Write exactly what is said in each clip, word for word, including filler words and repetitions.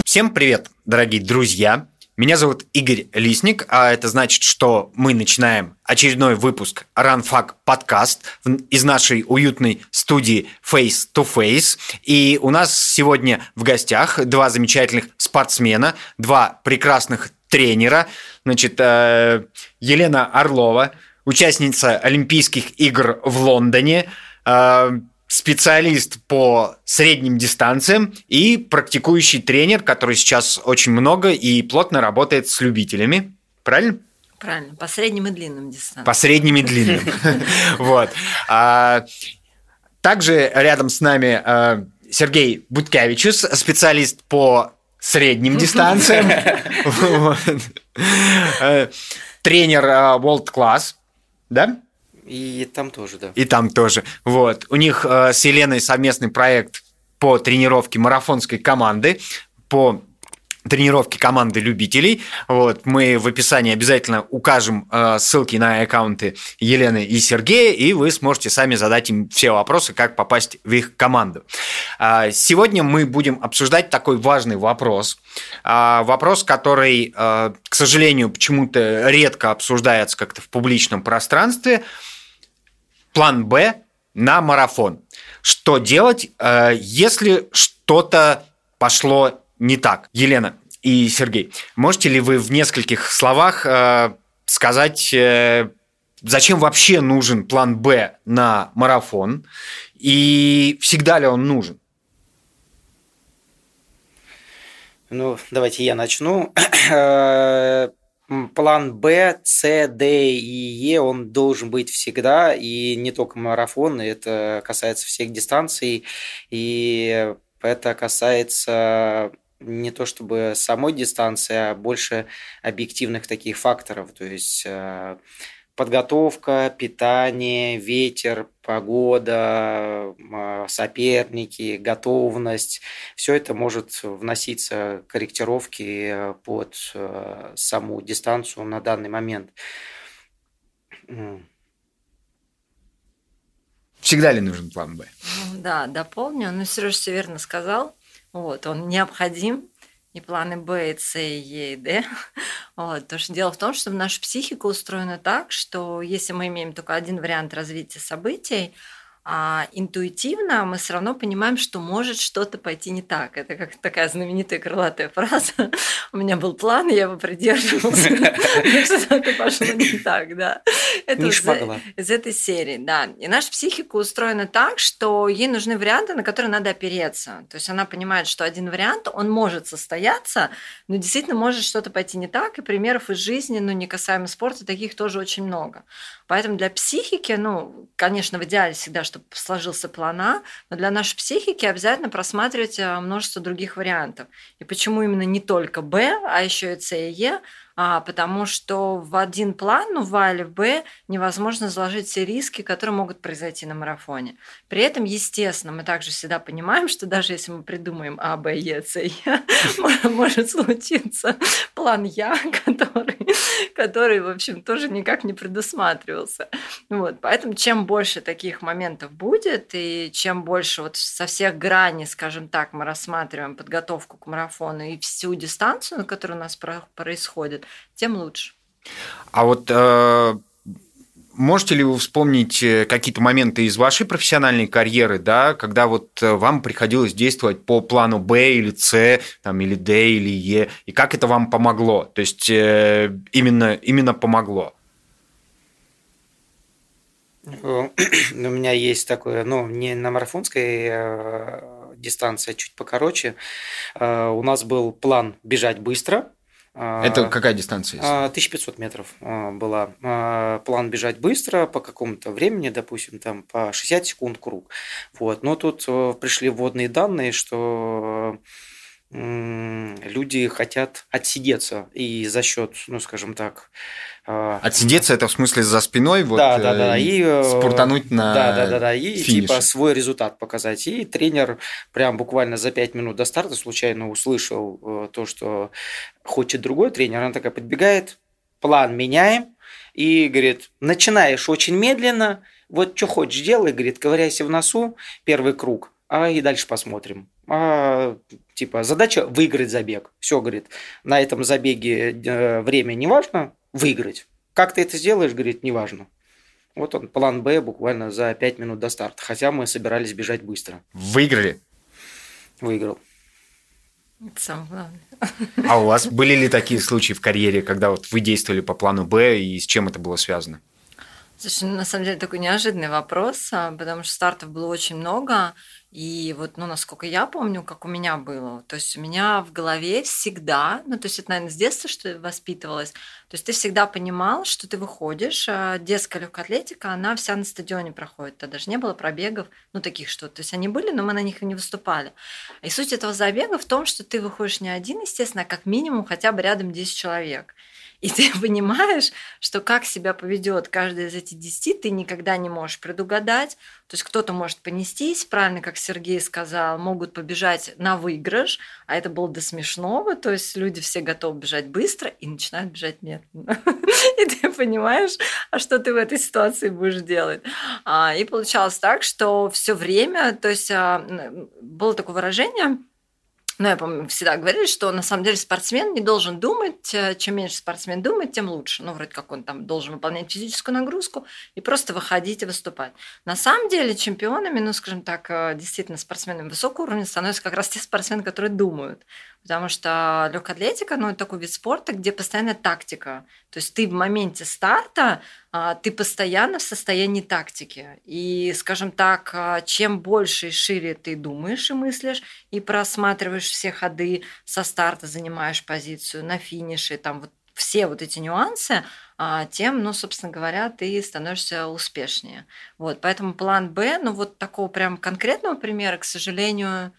Всем привет, дорогие друзья! Меня зовут Игорь Лисник, а это значит, что мы начинаем очередной выпуск RunFact подкаст из нашей уютной студии Face to Face. И у нас сегодня в гостях два замечательных спортсмена, два прекрасных тренера. Значит, Елена Орлова, участница Олимпийских игр в Лондоне, специалист по средним дистанциям и практикующий тренер, который сейчас очень много и плотно работает с любителями. Правильно? Правильно. По средним и длинным дистанциям. По средним и длинным. Вот. Также рядом с нами Сергей Буткевичус, специалист по средним дистанциям. Тренер World Class. Да? И там тоже, да. И там тоже. Вот. У них э, с Еленой совместный проект по тренировке марафонской команды, по тренировке команды любителей. Вот. Мы в описании обязательно укажем э, ссылки на аккаунты Елены и Сергея, и вы сможете сами задать им все вопросы, как попасть в их команду. Э, сегодня мы будем обсуждать такой важный вопрос. Э, вопрос, который, э, к сожалению, почему-то редко обсуждается как-то в публичном пространстве. План Б на марафон. Что делать, если что-то пошло не так? Елена и Сергей, можете ли вы в нескольких словах сказать, зачем вообще нужен план Б на марафон и всегда ли он нужен? Ну, давайте я начну. План Б, С, Д и Е, он должен быть всегда, и не только марафон, это касается всех дистанций, и это касается не то чтобы самой дистанции, а больше объективных таких факторов, то есть подготовка, питание, ветер, погода, соперники, готовность. Все это может вноситься корректировки под саму дистанцию на данный момент. Всегда ли нужен план Б? Да, дополню. Ну, Сереж все верно сказал. Вот, он необходим. И планы Б, и С, и Е, и Д. Вот. Потому что дело в том, что наша психика устроена так, что если мы имеем только один вариант развития событий, а интуитивно мы все равно понимаем, что может что-то пойти не так. Это как такая знаменитая крылатая фраза. У меня был план, я его придерживался. Что-то пошло не так, да. Это из этой серии, да. И наша психика устроена так, что ей нужны варианты, на которые надо опереться. То есть она понимает, что один вариант, он может состояться, но действительно может что-то пойти не так. И примеров из жизни, ну, не касаемо спорта, таких тоже очень много. Поэтому для психики, ну, конечно, в идеале всегда, чтобы сложился план А, но для нашей психики обязательно просматривать множество других вариантов. И почему именно не только Б, а еще и С и Е? А, потому что в один план, ну, в А или в Б, невозможно заложить все риски, которые могут произойти на марафоне. При этом, естественно, мы также всегда понимаем, что даже если мы придумаем А, Б, Е, С, Е, может случиться план Я, который, который, в общем, тоже никак не предусматривался. Вот, поэтому чем больше таких моментов будет, и чем больше вот со всех граней, скажем так, мы рассматриваем подготовку к марафону и всю дистанцию, на которой у нас происходит, тем лучше. А вот э, можете ли вы вспомнить какие-то моменты из вашей профессиональной карьеры, да, когда вот вам приходилось действовать по плану Б или С, там, или Д, или Е, и как это вам помогло? То есть э, именно, именно помогло? У меня есть такое, ну, не на марафонской э, дистанции, а чуть покороче. Э, у нас был план бежать быстро. Это какая дистанция? тысяча пятьсот метров была. План бежать быстро по какому-то времени, допустим, там по шестьдесят секунд круг. Вот. Но тут пришли вводные данные, что люди хотят отсидеться и за счет, ну, скажем так... Отсидеться – это в смысле за спиной, вот, да, да, да. И спуртануть на да, да, да, да. И финише. Типа свой результат показать. И тренер прям буквально за пять минут до старта случайно услышал то, что хочет другой тренер. Она такая подбегает, план меняем, и говорит, начинаешь очень медленно, вот что хочешь делай, говорит, ковыряйся в носу, первый круг, а и дальше посмотрим. а, типа задача выиграть забег. Все, говорит, на этом забеге э, время не важно, выиграть. Как ты это сделаешь, говорит, не важно. Вот он, план Б буквально за пять минут до старта. Хотя мы собирались бежать быстро. Выиграли? Выиграл. Это самое главное. А у вас были ли такие случаи в карьере, когда вот вы действовали по плану Б, и с чем это было связано? Слушай, ну, на самом деле такой неожиданный вопрос, а, потому что стартов было очень много, и вот, ну, насколько я помню, как у меня было, то есть у меня в голове всегда, ну, то есть это, наверное, с детства, что воспитывалось, то есть ты всегда понимал, что ты выходишь, а детская легкая атлетика, она вся на стадионе проходит, тогда даже не было пробегов, ну, таких что, то есть они были, но мы на них не выступали. И суть этого забега в том, что ты выходишь не один, естественно, а как минимум хотя бы рядом десять человек. И ты понимаешь, что как себя поведет каждый из этих десяти, ты никогда не можешь предугадать. То есть кто-то может понестись, правильно, как Сергей сказал, могут побежать на выигрыш, а это было до смешного. То есть люди все готовы бежать быстро и начинают бежать медленно. И ты понимаешь, а что ты в этой ситуации будешь делать. И получалось так, что все время, то есть было такое выражение, ну, я помню, всегда говорили, что на самом деле спортсмен не должен думать, чем меньше спортсмен думает, тем лучше. Ну, вроде как он там должен выполнять физическую нагрузку и просто выходить и выступать. На самом деле чемпионами, ну, скажем так, действительно спортсменами высокого уровня становятся как раз те спортсмены, которые думают. Потому что легкая атлетика, ну, это такой вид спорта, где постоянная тактика. То есть ты в моменте старта, ты постоянно в состоянии тактики. И, скажем так, чем больше и шире ты думаешь и мыслишь, и просматриваешь все ходы со старта, занимаешь позицию на финише, там вот все вот эти нюансы, тем, ну, собственно говоря, ты становишься успешнее. Вот, поэтому план Б, ну, вот такого прям конкретного примера, к сожалению,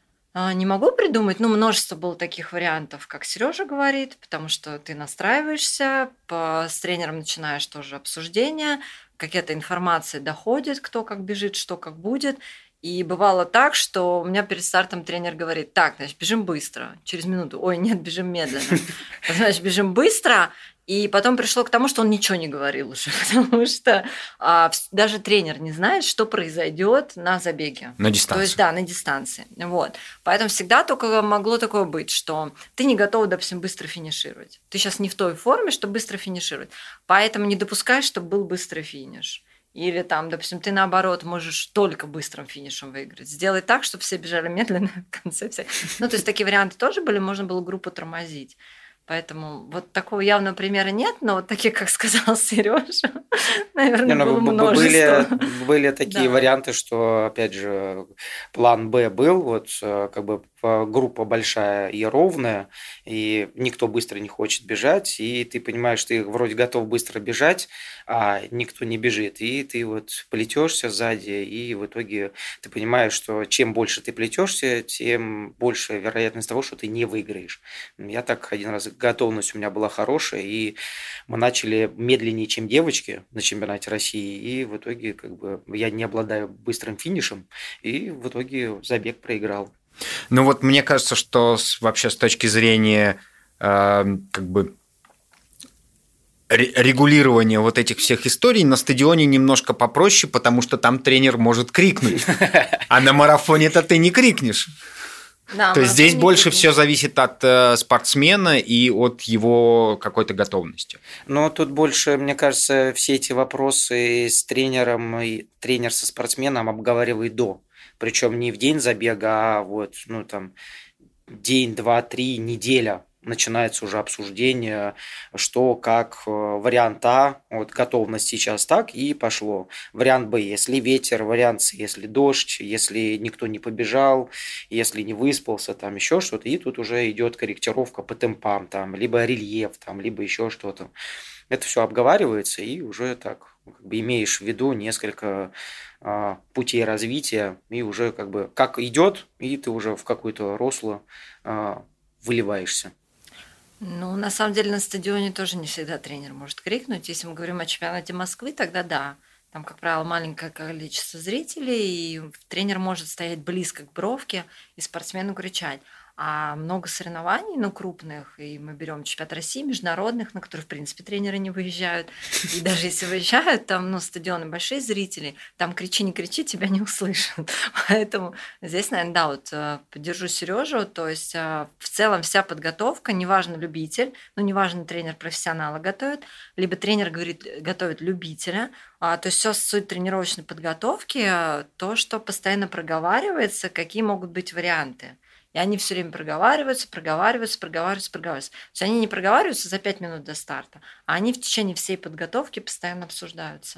не могу придумать, ну, множество было таких вариантов, как Сережа говорит, потому что ты настраиваешься, по, с тренером начинаешь тоже обсуждение, какая-то информация доходит, кто как бежит, что как будет. И бывало так, что у меня перед стартом тренер говорит: так, значит, бежим быстро. Через минуту: ой, нет, бежим медленно. Значит, бежим быстро. И потом пришло к тому, что он ничего не говорил уже, потому что а, даже тренер не знает, что произойдет на забеге. На дистанции. То есть, да, на дистанции. Вот. Поэтому всегда только могло такое быть, что ты не готов, допустим, быстро финишировать. Ты сейчас не в той форме, чтобы быстро финишировать. Поэтому не допускай, чтобы был быстрый финиш. Или там, допустим, ты наоборот можешь только быстрым финишем выиграть. Сделай так, чтобы все бежали медленно в конце. Все. Ну, то есть такие варианты тоже были, можно было группу тормозить. Поэтому вот такого явного примера нет, но вот таких, как сказал Сережа, наверное, Не, было ну, множество. Были, были такие Да. варианты, что, опять же, план Б был, вот как бы группа большая и ровная, и никто быстро не хочет бежать, и ты понимаешь, что ты вроде готов быстро бежать, а никто не бежит, и ты вот плетешься сзади, и в итоге ты понимаешь, что чем больше ты плетешься, тем больше вероятность того, что ты не выиграешь. Я так один раз, готовность у меня была хорошая, и мы начали медленнее, чем девочки на чемпионате России, и в итоге как бы я не обладаю быстрым финишем, и в итоге забег проиграл. Ну вот мне кажется, что вообще с точки зрения э, как бы регулирования вот этих всех историй на стадионе немножко попроще, потому что там тренер может крикнуть, а на марафоне-то ты не крикнешь. Да, То есть здесь больше крикнешь. все зависит от э, спортсмена и от его какой-то готовности. Но тут больше, мне кажется, все эти вопросы с тренером, и тренер со спортсменом обговаривает до. Причем не в день забега, а вот, ну, там, день, два, три, неделя начинается уже обсуждение, что как вариант А, вот готовность сейчас так, и пошло. Вариант Б, если ветер, вариант С, если дождь, если никто не побежал, если не выспался, там еще что-то, и тут уже идет корректировка по темпам, там, либо рельеф, там, либо еще что-то. Это все обговаривается, и уже так как бы имеешь в виду несколько а, путей развития, и уже как бы как идет, и ты уже в какое-то русло а, выливаешься. Ну, на самом деле, на стадионе тоже не всегда тренер может крикнуть. Если мы говорим о чемпионате Москвы, тогда да. Там, как правило, маленькое количество зрителей, и тренер может стоять близко к бровке и спортсмену кричать. А много соревнований, ну, крупных, и мы берем чемпионат России, международных, на которые, в принципе, тренеры не выезжают. И даже если выезжают, там, ну, стадионы большие, зрители, там кричи, не кричи, тебя не услышат. Поэтому здесь, наверное, да, вот поддержу Сережу. То есть в целом вся подготовка, неважно, любитель, ну, неважно, тренер профессионала готовит, либо тренер говорит, готовит любителя. То есть все суть тренировочной подготовки, то, что постоянно проговаривается, какие могут быть варианты. И они все время проговариваются, проговариваются, проговариваются, проговариваются. То есть они не проговариваются за пять минут до старта, а они в течение всей подготовки постоянно обсуждаются.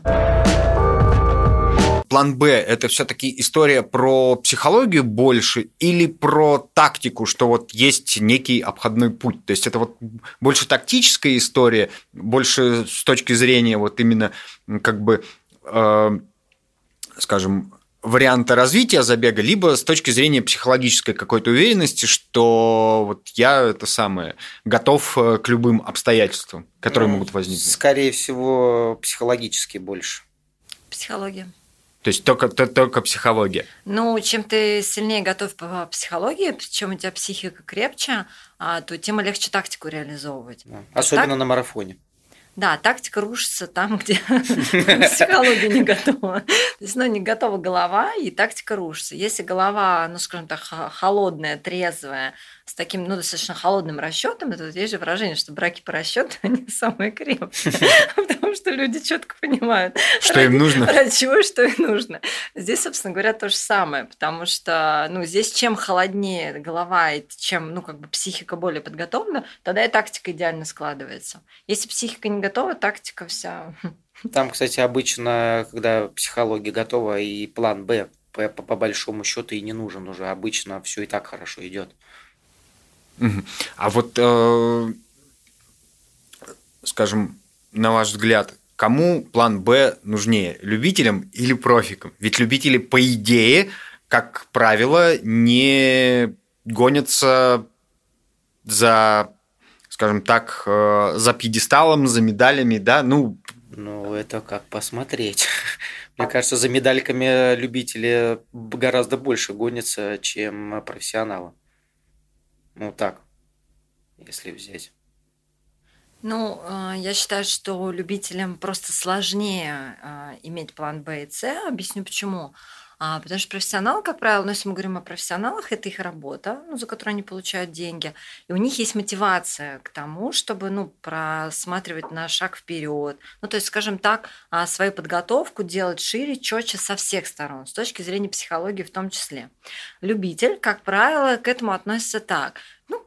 План Б – это все-таки история про психологию больше или про тактику, что вот есть некий обходной путь? То есть это вот больше тактическая история, больше с точки зрения вот именно как бы, э, скажем, варианта развития забега, либо с точки зрения психологической какой-то уверенности, что вот я это самое готов к любым обстоятельствам, которые ну, могут возникнуть. Скорее всего, психологически больше. Психология. То есть только, только психология. Ну, чем ты сильнее готов по психологии, чем у тебя психика крепче, то тем легче тактику реализовывать. Да. Особенно так... на марафоне. Да, тактика рушится там, где психология не готова. То есть, ну, не готова голова, и тактика рушится. Если голова, ну, скажем так, холодная, трезвая, с таким, ну, достаточно холодным расчетом, это есть же выражение, что браки по расчету они самые крепкие, потому что люди четко понимают, что им нужно, ради чего, что им нужно. Здесь, собственно говоря, то же самое, потому что, ну, здесь чем холоднее голова и чем, ну, как бы психика более подготовлена, тогда и тактика идеально складывается. Если психика не готова, тактика вся. Там, кстати, обычно, когда психология готова, и план Б по, по, по большому счету и не нужен уже. Обычно все и так хорошо идет. А вот, э, скажем, на ваш взгляд, кому план Б нужнее, любителям или профикам? Ведь любители, по идее, как правило, не гонятся за, скажем так, э, за пьедесталом, за медалями, да? Ну, ну, это как посмотреть. Мне кажется, за медальками любители гораздо больше гонятся, чем профессионалы. Ну, так, если взять. Ну, я считаю, что любителям просто сложнее иметь план Б и С. Объясню почему. Потому что профессионалы, как правило, ну, если мы говорим о профессионалах, это их работа, ну, за которую они получают деньги. И у них есть мотивация к тому, чтобы, ну, просматривать на шаг вперед. Ну, то есть, скажем так, свою подготовку делать шире, четче со всех сторон, с точки зрения психологии в том числе. Любитель, как правило, к этому относится так. Ну,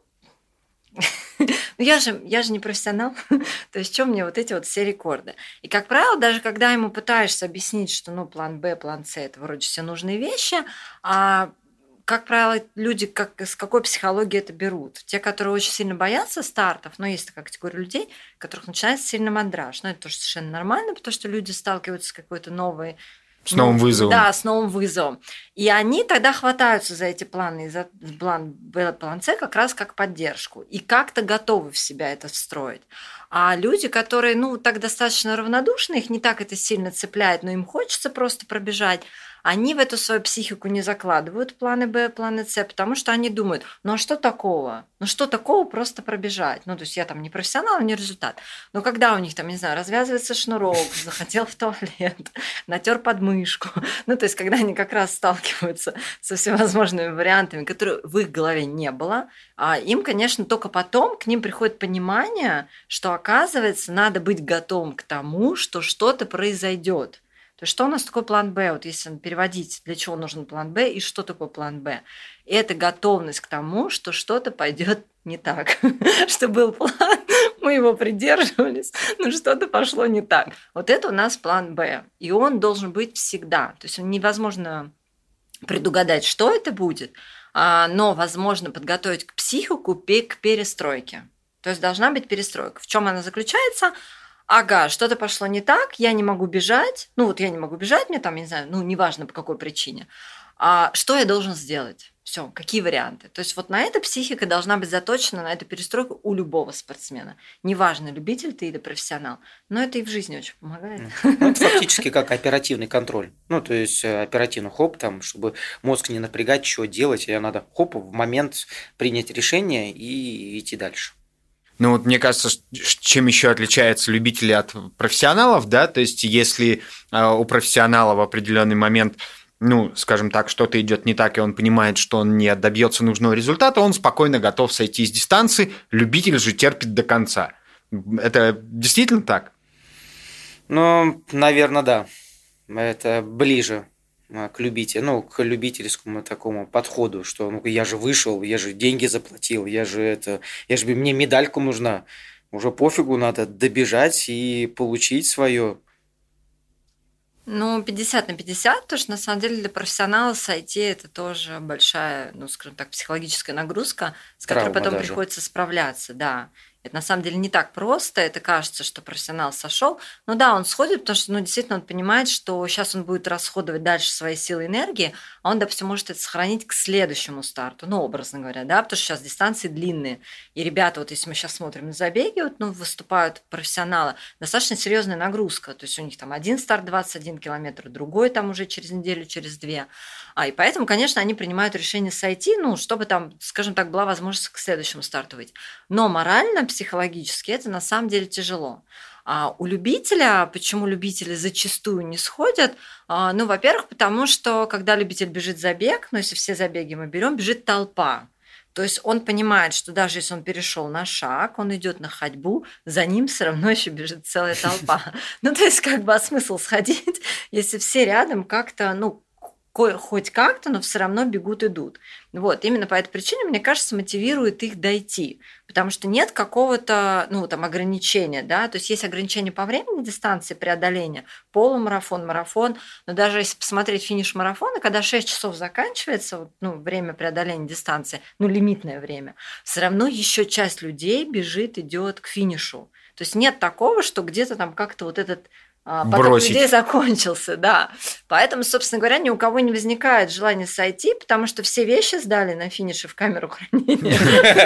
Ну, я же, я же не профессионал, то есть, что мне вот эти вот все рекорды? И, как правило, даже когда ему пытаешься объяснить, что, ну, план Б, план С – это вроде все нужные вещи, а, как правило, люди как, с какой психологии это берут? Те, которые очень сильно боятся стартов, но есть такая категория людей, у которых начинается сильно мандраж. Но это тоже совершенно нормально, потому что люди сталкиваются с какой-то новой С новым ну, вызовом. Да, с новым вызовом. И они тогда хватаются за эти планы, за план Б, план С как раз как поддержку. И как-то готовы в себя это встроить. А люди, которые, ну, так достаточно равнодушны, их не так это сильно цепляет, но им хочется просто пробежать, они в эту свою психику не закладывают планы Б, планы С, потому что они думают, ну а что такого? Ну что такого просто пробежать? Ну, то есть я там не профессионал, не результат. Но когда у них там, не знаю, развязывается шнурок, захотел в туалет, натер подмышку, ну, то есть когда они как раз сталкиваются со всевозможными вариантами, которые в их голове не было, а им, конечно, только потом к ним приходит понимание, что, оказывается, надо быть готовым к тому, что что-то произойдет. То есть что у нас такое план Б? Вот если переводить, для чего нужен план Б и что такое план Б? Это готовность к тому, что что-то пойдет не так. Что был план, мы его придерживались, но что-то пошло не так. Вот это у нас план Б. И он должен быть всегда. То есть невозможно предугадать, что это будет, но возможно подготовить к психику к перестройке. То есть должна быть перестройка. В чем она заключается? Ага, что-то пошло не так, я не могу бежать, ну вот я не могу бежать, мне там, я не знаю, ну неважно по какой причине, а что я должен сделать? Все, какие варианты? То есть вот на это психика должна быть заточена, на эту перестройку у любого спортсмена. Неважно, любитель ты или профессионал, но это и в жизни очень помогает. Ну, это фактически как оперативный контроль. Ну, то есть э, оперативно хоп, там, чтобы мозг не напрягать, что делать, и надо хоп, в момент принять решение и идти дальше. Ну вот мне кажется, ш- чем еще отличаются любители от профессионалов, да, то есть если э, у профессионала в определенный момент, ну, скажем так, что-то идет не так, и он понимает, что он не добьется нужного результата, он спокойно готов сойти с дистанции, любитель же терпит до конца. Это действительно так? Ну, наверное, да. Это ближе а, к любителю, ну, к любительскому такому подходу, что ну я же вышел, я же деньги заплатил, я же это, я же мне медальку нужна. Уже пофигу, надо добежать и получить свое. Ну, пятьдесят на пятьдесят, потому что на самом деле для профессионала сойти это тоже большая, ну, скажем так, психологическая нагрузка, с которой Травма потом даже. приходится справляться, да. Это на самом деле не так просто, это кажется, что профессионал сошел. Ну да, он сходит, потому что, ну, действительно, он понимает, что сейчас он будет расходовать дальше свои силы и энергии, а он, допустим, может это сохранить к следующему старту, ну, образно говоря, да, потому что сейчас дистанции длинные. И ребята, вот если мы сейчас смотрим на забеги, вот, ну, выступают профессионалы, достаточно серьезная нагрузка. То есть у них там один старт двадцать один километр, другой там уже через неделю, через две. А, и поэтому, конечно, они принимают решение сойти, ну, чтобы там, скажем так, была возможность к следующему старту выйти. Но морально, психологически это на самом деле тяжело. А у любителя, почему любители зачастую не сходят? А, ну, во-первых, потому что когда любитель бежит забег, ну, если все забеги мы берем, бежит толпа. То есть он понимает, что даже если он перешел на шаг, он идет на ходьбу, за ним все равно еще бежит целая толпа. Ну, то есть, как бы, а смысл сходить, если все рядом как-то, ну, ко- хоть как-то, но все равно бегут, идут. Вот, именно по этой причине, мне кажется, мотивирует их дойти, потому что нет какого-то, ну, там, ограничения, да, то есть есть ограничения по времени дистанции преодоления, полумарафон, марафон, но даже если посмотреть финиш марафона, когда шесть часов заканчивается, вот, ну, время преодоления дистанции, ну, лимитное время, все равно еще часть людей бежит, идет к финишу. То есть нет такого, что где-то там как-то вот этот а, поток Бросить. людей закончился, да. Поэтому, собственно говоря, ни у кого не возникает желания сойти, потому что все вещи сдали на финише в камеру хранения.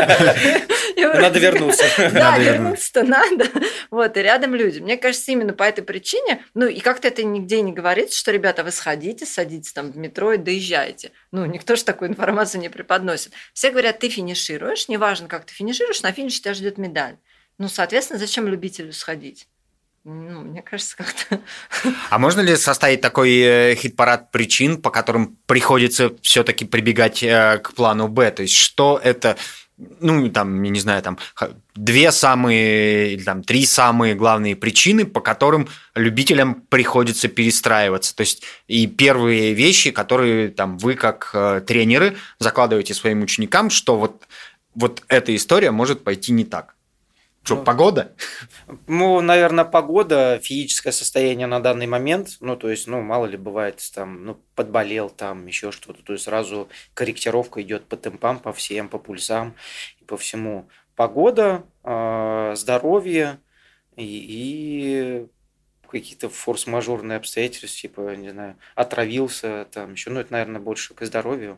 И Надо вроде- вернуться. Да, Надо вернуться-то надо. Вот, и рядом люди. Мне кажется, именно по этой причине, ну, и как-то это нигде не говорится, что, ребята, вы сходите, садитесь там в метро и доезжаете. Ну, никто же такую информацию не преподносит. Все говорят, ты финишируешь, неважно, как ты финишируешь, на финише тебя ждет медаль. Ну, соответственно, зачем любителю сходить? Ну, мне кажется, как-то... А можно ли составить такой э, хит-парад причин, по которым приходится все-таки прибегать э, к плану Б? То есть, что это, ну, там, я не знаю, там, х- две самые или там три самые главные причины, по которым любителям приходится перестраиваться. То есть, и первые вещи, которые там вы, как э, тренеры, закладываете своим ученикам, что вот, вот эта история может пойти не так. Что, Ну, погода? Ну, наверное, погода, физическое состояние на данный момент, ну, то есть, ну, мало ли бывает, там, ну, подболел, там, еще что-то, то есть сразу корректировка идет по темпам, по всем, по пульсам и по всему. Погода, э, здоровье и, и какие-то форс-мажорные обстоятельства, типа, не знаю, отравился, там, еще, ну, это, наверное, больше к здоровью.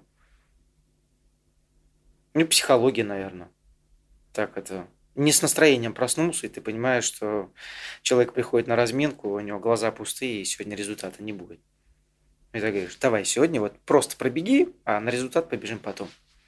Ну, и психология, наверное. Так это... Не с настроением проснулся, и ты понимаешь, что человек приходит на разминку, у него глаза пустые, и сегодня результата не будет. И ты говоришь, давай сегодня вот просто пробеги, а на результат побежим потом.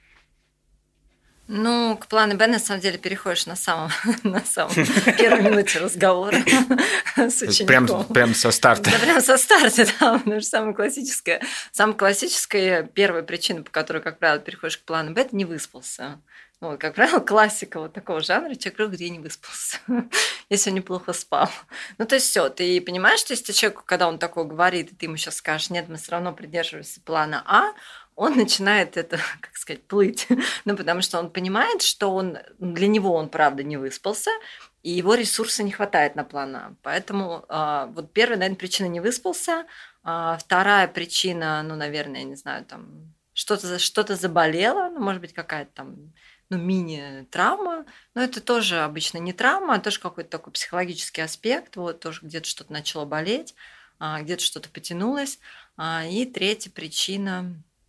Ну, к плану Б, на самом деле, переходишь на самом, на самом первой минуте разговора с Прям, учеником. прям со старта. Да, прям со старта, да, потому что самая классическая, самая классическая первая причина, по которой, как правило, переходишь к плану Б, это не выспался. Вот, как правило, классика вот такого жанра, человек говорит, где я не выспался, если он неплохо спал. Ну, то есть все, ты понимаешь, что если человек, когда он такое говорит, и ты ему сейчас скажешь, нет, мы все равно придерживаемся плана А, он начинает это, как сказать, плыть. Ну, потому что он понимает, что он, для него он, правда, не выспался, и его ресурса не хватает на план А. Поэтому а, вот первая, наверное, причина не выспался, а вторая причина, ну, наверное, я не знаю, там что-то, что-то заболело, ну, может быть, какая-то там ну, мини-травма, но это тоже обычно не травма, а тоже какой-то такой психологический аспект, вот тоже где-то что-то начало болеть, а, где-то что-то потянулось. А, и третья причина,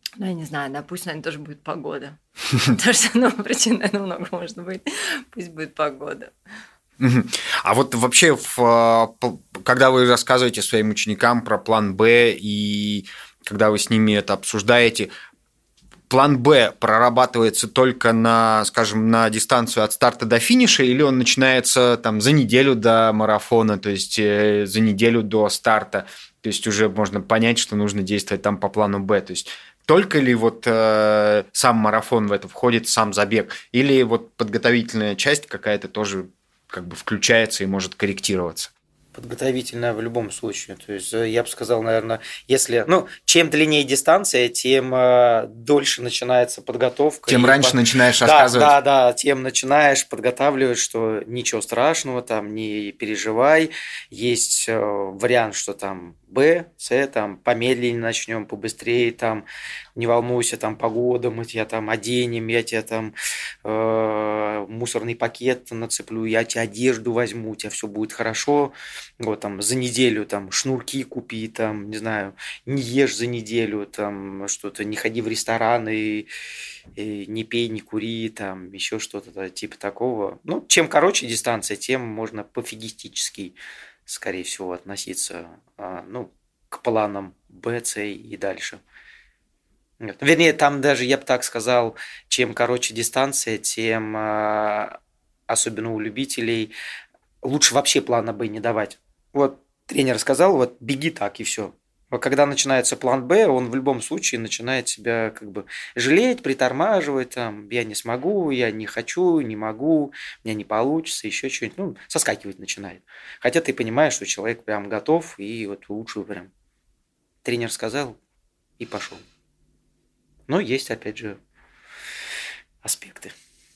Ну, я не знаю, да, пусть, наверное, тоже будет погода. Потому что, ну, причин, наверное, много может быть. Пусть будет погода. А вот вообще, когда вы рассказываете своим ученикам про план Б, и когда вы с ними это обсуждаете, план Б прорабатывается только на, скажем, на дистанцию от старта до финиша, или он начинается там за неделю до марафона, то есть за неделю до старта, то есть уже можно понять, что нужно действовать там по плану Б, то есть только ли вот э, сам марафон в это входит, сам забег, или вот подготовительная часть какая-то тоже как бы включается и может корректироваться? Подготовительная в любом случае. То есть я бы сказал, наверное, если, ну, чем длиннее дистанция, тем э, дольше начинается подготовка. Тем раньше по... начинаешь да, рассказывать. Да, да, тем начинаешь подготавливать, что ничего страшного, там, не переживай. Есть э, вариант, что там Б, С, там, помедленнее начнем, побыстрее, там, не волнуйся, там, погода, мы тебя там оденем, я тебя там э, мусорный пакет нацеплю, я тебе одежду возьму, у тебя все будет хорошо. Вот там за неделю там шнурки купи, там, не знаю, не ешь за неделю, там что-то, не ходи в ресторан и, и не пей, не кури, там еще что-то типа такого. Ну, чем короче дистанция, тем можно пофигистически, скорее всего, относиться, ну, к планам Б, С и дальше. Вернее, там даже, я бы так сказал, чем короче дистанция, тем, особенно у любителей, лучше вообще плана Б не давать. Вот тренер сказал, вот беги так и все. А когда начинается план Б, он в любом случае начинает себя как бы жалеть, притормаживать, там, я не смогу, я не хочу, не могу, у меня не получится, еще что-нибудь, ну, соскакивать начинает. Хотя ты понимаешь, что человек прям готов, и вот лучше прям тренер сказал и пошел. Но есть, опять же, аспекты.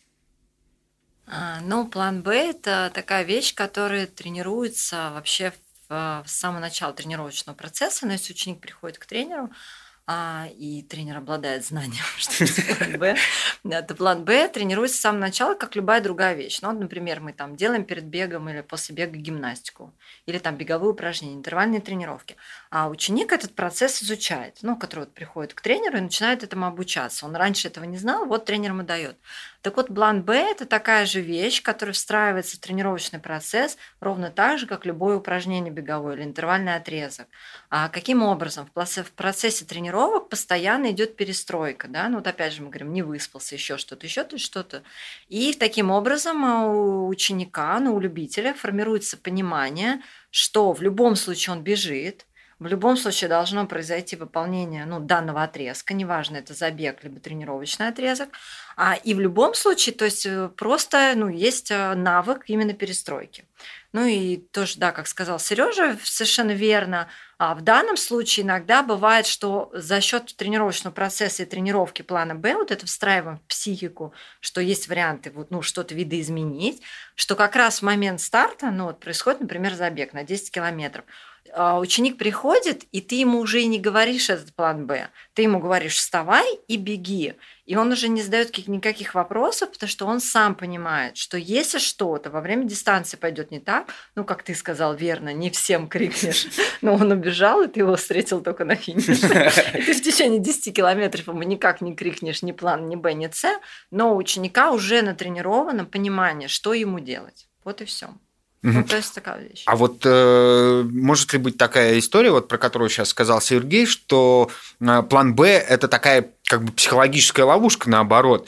Ну, план Б – это такая вещь, которая тренируется вообще в, с самого начала тренировочного процесса. Но если ученик приходит к тренеру, а, и тренер обладает знанием, что это план Б, то план Б тренируется с самого начала, как любая другая вещь. Ну, вот, например, мы там делаем перед бегом или после бега гимнастику, или там беговые упражнения, интервальные тренировки. А ученик этот процесс изучает, ну, который вот приходит к тренеру и начинает этому обучаться. Он раньше этого не знал, вот тренер ему дает. Так вот, план Б – это такая же вещь, которая встраивается в тренировочный процесс ровно так же, как любое упражнение беговое или интервальный отрезок. А каким образом? В процессе тренировок постоянно идет перестройка. Да? Ну вот опять же мы говорим, не выспался, еще что-то, еще что-то. И таким образом у ученика, ну, у любителя формируется понимание, что в любом случае он бежит, в любом случае должно произойти выполнение, ну, данного отрезка, неважно, это забег либо тренировочный отрезок, а, и в любом случае, то есть просто, ну, есть навык именно перестройки. Ну и тоже, да, как сказал Сережа, совершенно верно. А в данном случае иногда бывает, что за счет тренировочного процесса и тренировки плана Б, вот это встраиваем в психику, что есть варианты вот, ну, что-то видоизменить, что как раз в момент старта, ну, вот происходит, например, забег на десять километров, ученик приходит, и ты ему уже и не говоришь этот план Б. Ты ему говоришь «вставай и беги». И он уже не задает никаких вопросов, потому что он сам понимает, что если что-то во время дистанции пойдет не так, ну, как ты сказал верно, не всем крикнешь, но он убежал, и ты его встретил только на финише. И ты в течение десяти километров ему никак не крикнешь ни план, ни Б, ни С, но у ученика уже натренировано понимание, что ему делать. Вот и все. Ну, то есть такая вещь. А вот э, может ли быть такая история, вот про которую сейчас сказал Сергей, что э, план Б – это такая как бы психологическая ловушка, наоборот,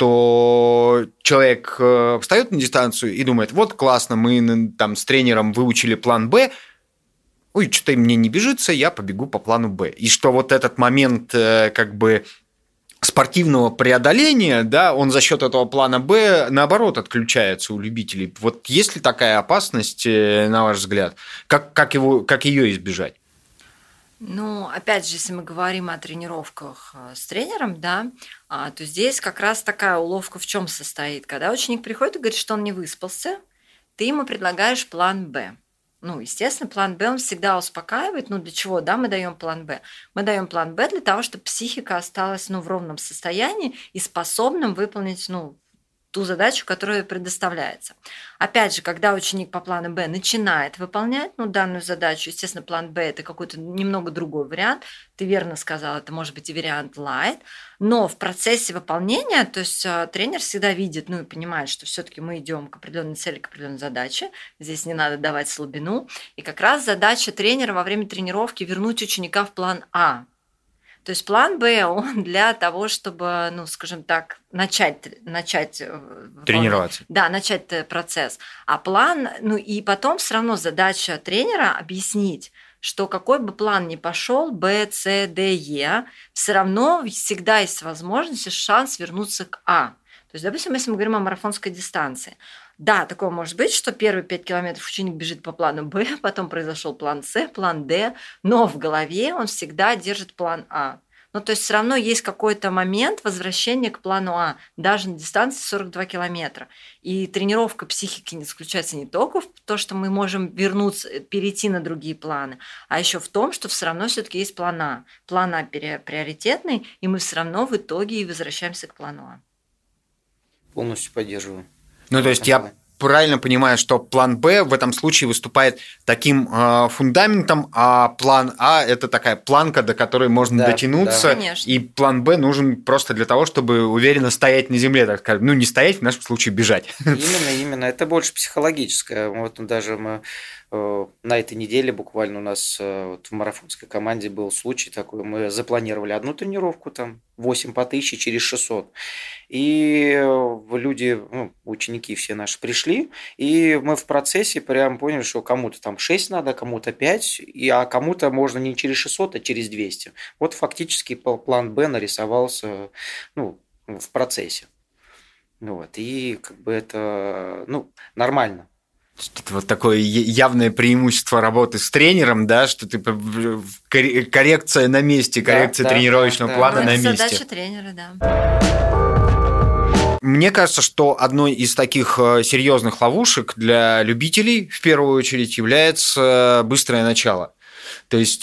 что человек э, встает на дистанцию и думает, вот классно, мы там с тренером выучили план Б, ой, что-то мне не бежится, я побегу по плану Б. И что вот этот момент э, как бы спортивного преодоления, да, он за счет этого плана Б, наоборот, отключается у любителей. Вот есть ли такая опасность, на ваш взгляд? Как, как, его, как ее избежать? Ну, опять же, если мы говорим о тренировках с тренером, да, то здесь как раз такая уловка в чем состоит. Когда ученик приходит и говорит, что он не выспался, ты ему предлагаешь план Б. Ну, естественно, план Б он всегда успокаивает. Ну, для чего, да, мы даем план Б? Мы даем план Б для того, чтобы психика осталась, ну, в ровном состоянии и способным выполнить, ну, ту задачу, которая предоставляется. Опять же, когда ученик по плану Б начинает выполнять ну, данную задачу, естественно, план Б – это какой-то немного другой вариант. Ты верно сказал, это может быть и вариант light, но в процессе выполнения, то есть тренер всегда видит, ну и понимает, что все-таки мы идем к определенной цели, к определенной задаче. Здесь не надо давать слабину. И как раз задача тренера во время тренировки вернуть ученика в план А. То есть план Б, он для того, чтобы, ну, скажем так, начать, начать тренироваться. Да, начать процесс. А план, ну и потом все равно задача тренера объяснить, что какой бы план ни пошел, Б, С, Д, Е, все равно всегда есть возможность и шанс вернуться к А. То есть, допустим, если мы говорим о марафонской дистанции, да, такое может быть, что первые пять километров ученик бежит по плану Б, потом произошел план С, план Д, но в голове он всегда держит план А. Ну, то есть все равно есть какой-то момент возвращения к плану А, даже на дистанции сорок два километра. И тренировка психики не заключается не только в том, что мы можем вернуться, перейти на другие планы, а еще в том, что все равно все-таки есть план А. План А приоритетный, и мы все равно в итоге и возвращаемся к плану А. Полностью поддерживаю. Ну, то есть я правильно понимаю, что план Б в этом случае выступает таким э, фундаментом, а план А – это такая планка, до которой можно да, дотянуться, да. И план Б нужен просто для того, чтобы уверенно стоять на земле, так сказать. Ну, не стоять, в нашем случае бежать. Именно, именно. Это больше психологическое. Вот даже мы на этой неделе буквально у нас вот в марафонской команде был случай такой. Мы запланировали одну тренировку, там восемь по тысяче через шестьсот. И люди, ну, ученики все наши пришли, и мы в процессе прям поняли, что кому-то там шесть надо, кому-то пять, и, а кому-то можно не через шестьсот, а через двести. Вот фактически план Б нарисовался, ну, в процессе. Вот, и как бы это, ну, нормально. Это вот такое явное преимущество работы с тренером, да, что ты коррекция на месте, коррекция да, тренировочного да, плана да. на Это месте. Задача тренера, да. Мне кажется, что одной из таких серьезных ловушек для любителей в первую очередь является быстрое начало. То есть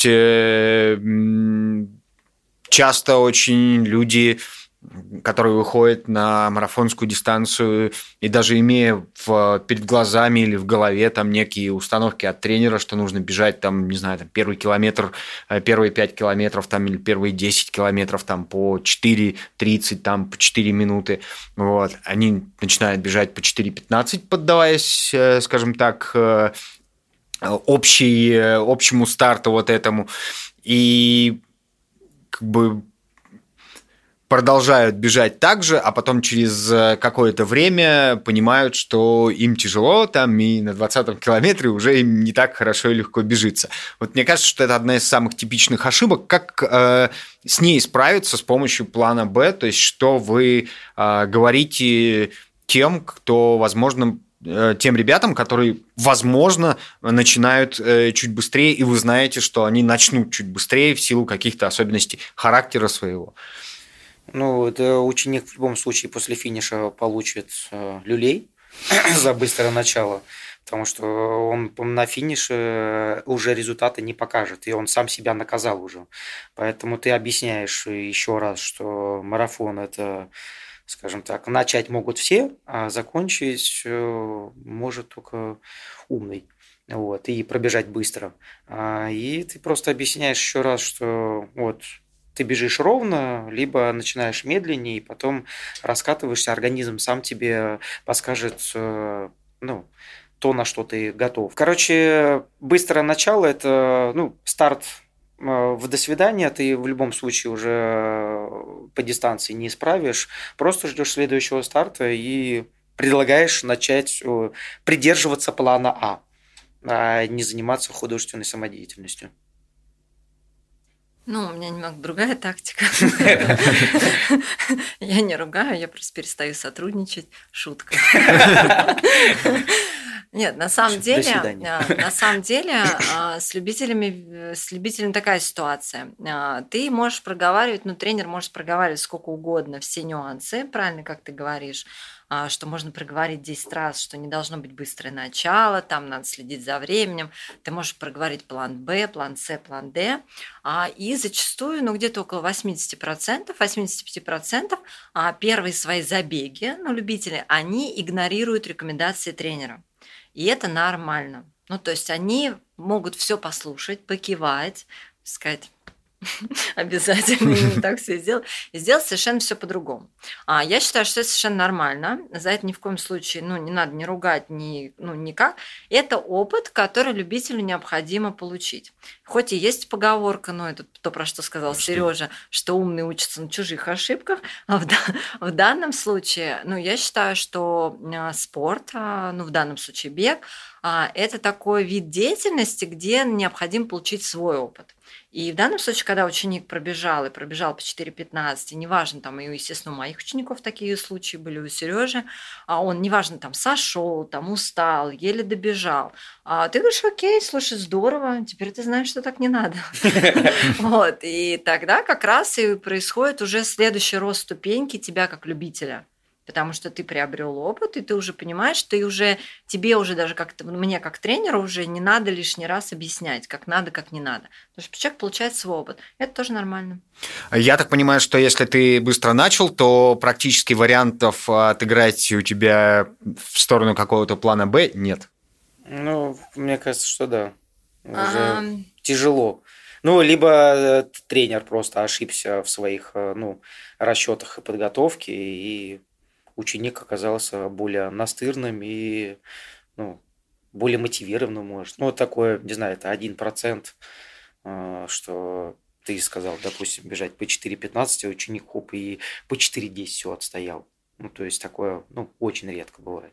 часто очень люди, которые выходят на марафонскую дистанцию и даже имея в, перед глазами или в голове там некие установки от тренера, что нужно бежать там, не знаю, там, первый километр, первые пять километров там, или первые десять километров там, по четыре тридцать, там, по четыре минуты. Вот. Они начинают бежать по четыре пятнадцать, поддаваясь, скажем так, общей, общему старту вот этому. И как бы продолжают бежать так же, а потом через какое-то время понимают, что им тяжело, там и на двадцатом километре уже им не так хорошо и легко бежится. Вот мне кажется, что это одна из самых типичных ошибок. Как э, с ней справиться с помощью плана Б? То есть, что вы э, говорите тем, кто, возможно, э, тем ребятам, которые, возможно, начинают э, чуть быстрее, и вы знаете, что они начнут чуть быстрее в силу каких-то особенностей характера своего? Ну, это ученик в любом случае после финиша получит э, люлей за быстрое начало, потому что он на финише уже результаты не покажет, и он сам себя наказал уже. Поэтому ты объясняешь еще раз, что марафон – это, скажем так, начать могут все, а закончить э, может только умный. Вот, и пробежать быстро. И ты просто объясняешь еще раз, что вот ты бежишь ровно, либо начинаешь медленнее, и потом раскатываешься, организм сам тебе подскажет, ну, то, на что ты готов. Короче, быстрое начало – это, ну, старт в до свидания, ты в любом случае уже по дистанции не исправишь, просто ждешь следующего старта и предлагаешь начать придерживаться плана А, а не заниматься художественной самодеятельностью. Ну, у меня немного другая тактика. Я не ругаю, я просто перестаю сотрудничать. Шутка. Нет, на самом деле, на самом деле с любителями, с любителями такая ситуация. Ты можешь проговаривать, ну, тренер может проговаривать сколько угодно все нюансы, правильно, как ты говоришь. что можно проговорить десять раз, что не должно быть быстрое начало, там надо следить за временем. Ты можешь проговорить план Б, план С, план Д. И зачастую, ну, где-то около восемьдесят процентов, восемьдесят пять процентов первые свои забеги, ну, любители, они игнорируют рекомендации тренера. И это нормально. Ну, то есть они могут все послушать, покивать, сказать, обязательно именно так все сделать, и сделать совершенно все по-другому. А я считаю, что это совершенно нормально. За это ни в коем случае, ну, не надо не ругать, ни, ну, никак. Это опыт, который любителю необходимо получить. Хоть и есть поговорка, ну, это то, про что сказал Сережа, что умный учится на чужих ошибках. А в, в данном случае, ну, я считаю, что спорт, ну, в данном случае бег, это такой вид деятельности, где необходимо получить свой опыт. И в данном случае, когда ученик пробежал и пробежал по четыре пятнадцать, неважно, там, и, естественно, у моих учеников такие случаи были, у Сережи, а он, неважно, там, сошел, там, устал, еле добежал, а ты говоришь, окей, слушай, здорово, теперь ты знаешь, что так не надо. Вот, и тогда как раз и происходит уже следующий рост ступеньки тебя как любителя. Потому что ты приобрел опыт, и ты уже понимаешь, ты уже, тебе уже даже как-то, мне как тренеру уже не надо лишний раз объяснять, как надо, как не надо. Потому что человек получает свой опыт. Это тоже нормально. Я так понимаю, что если ты быстро начал, то практически вариантов отыграть у тебя в сторону какого-то плана Б нет. Ну, мне кажется, что да. Уже А... тяжело. Ну, либо тренер просто ошибся в своих, ну, расчетах и подготовке, и ученик оказался более настырным и, ну, более мотивированным, может. Ну, вот такое, не знаю, это один процент, что ты сказал, допустим, бежать по четыре пятнадцать, а ученик хоп, и по четыре десять все отстоял. Ну, то есть такое, ну, очень редко бывает.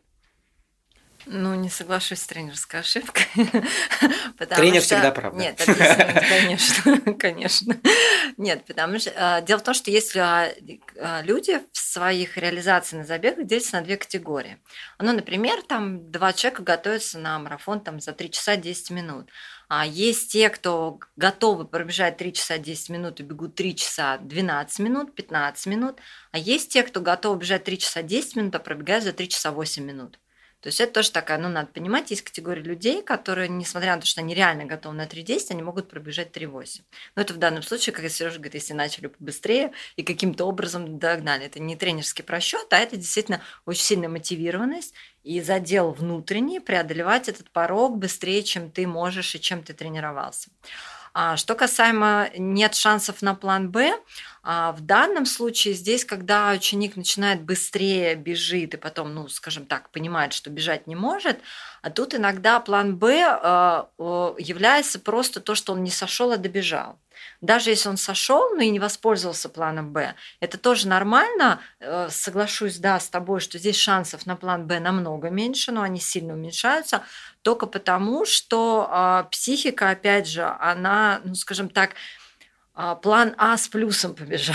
Ну, не соглашусь с тренерской ошибкой. Тренер что... всегда прав. Нет, объясню, конечно, конечно. Нет, потому что э, дело в том, что если э, люди в своих реализациях на забегах делятся на две категории. Ну, например, там два человека готовятся на марафон там, за три часа десять минут. А есть те, кто готовы пробежать три часа десять минут и бегут три часа двенадцать минут, пятнадцать минут. А есть те, кто готовы бежать три часа десять минут, а пробегают за три часа восемь минут. То есть это тоже такая, ну, надо понимать, есть категория людей, которые, несмотря на то, что они реально готовы на три десять, они могут пробежать три восемь. Но это в данном случае, как Сережа говорит, если начали побыстрее и каким-то образом догнали. Это не тренерский просчет, а это действительно очень сильная мотивированность и задел внутренний преодолевать этот порог быстрее, чем ты можешь и чем ты тренировался. А что касаемо нет шансов на план Б, в данном случае здесь, когда ученик начинает быстрее бежит и потом, ну, скажем так, понимает, что бежать не может, а тут иногда план Б является просто то, что он не сошел, а добежал. Даже если он сошел, но и не воспользовался планом Б, это тоже нормально. Соглашусь, да, с тобой, что здесь шансов на план Б намного меньше, но они сильно уменьшаются, только потому, что э, психика, опять же, она, ну, скажем так, э, план А с плюсом побежал.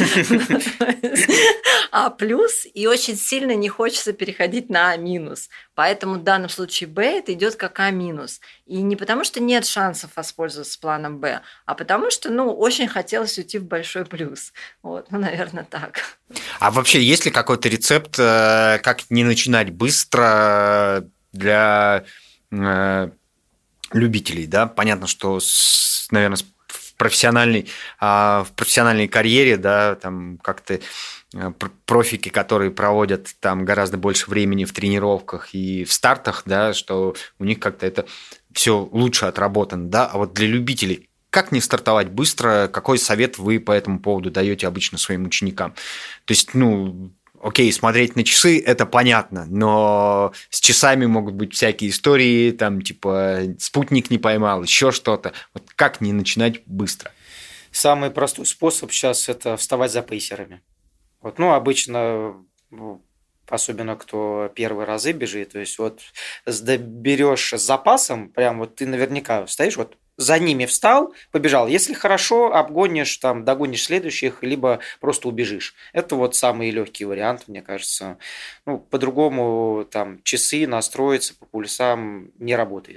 А плюс, и очень сильно не хочется переходить на А минус. Поэтому в данном случае Б это идет как А минус. И не потому, что нет шансов воспользоваться планом Б, а потому что, ну, очень хотелось уйти в большой плюс. Вот, ну, наверное, так. А вообще, есть ли какой-то рецепт, как не начинать быстро для любителей, да? Понятно, что, наверное, в профессиональной, в профессиональной карьере, да, там как-то профики, которые проводят там гораздо больше времени в тренировках и в стартах, да, что у них как-то это все лучше отработано, да, а вот для любителей как не стартовать быстро, какой совет вы по этому поводу даете обычно своим ученикам? То есть, ну, окей, смотреть на часы – это понятно, но с часами могут быть всякие истории, там, типа, спутник не поймал, еще что-то. Вот как не начинать быстро? Самый простой способ сейчас – это вставать за пейсерами. Вот, ну, обычно, особенно кто первые разы бежит, то есть вот берешь с запасом, прям вот ты наверняка стоишь, вот за ними встал, побежал. Если хорошо, обгонишь, там, догонишь следующих, либо просто убежишь. Это вот самый легкий вариант, мне кажется. Ну, по-другому там часы настроиться по пульсам не работает.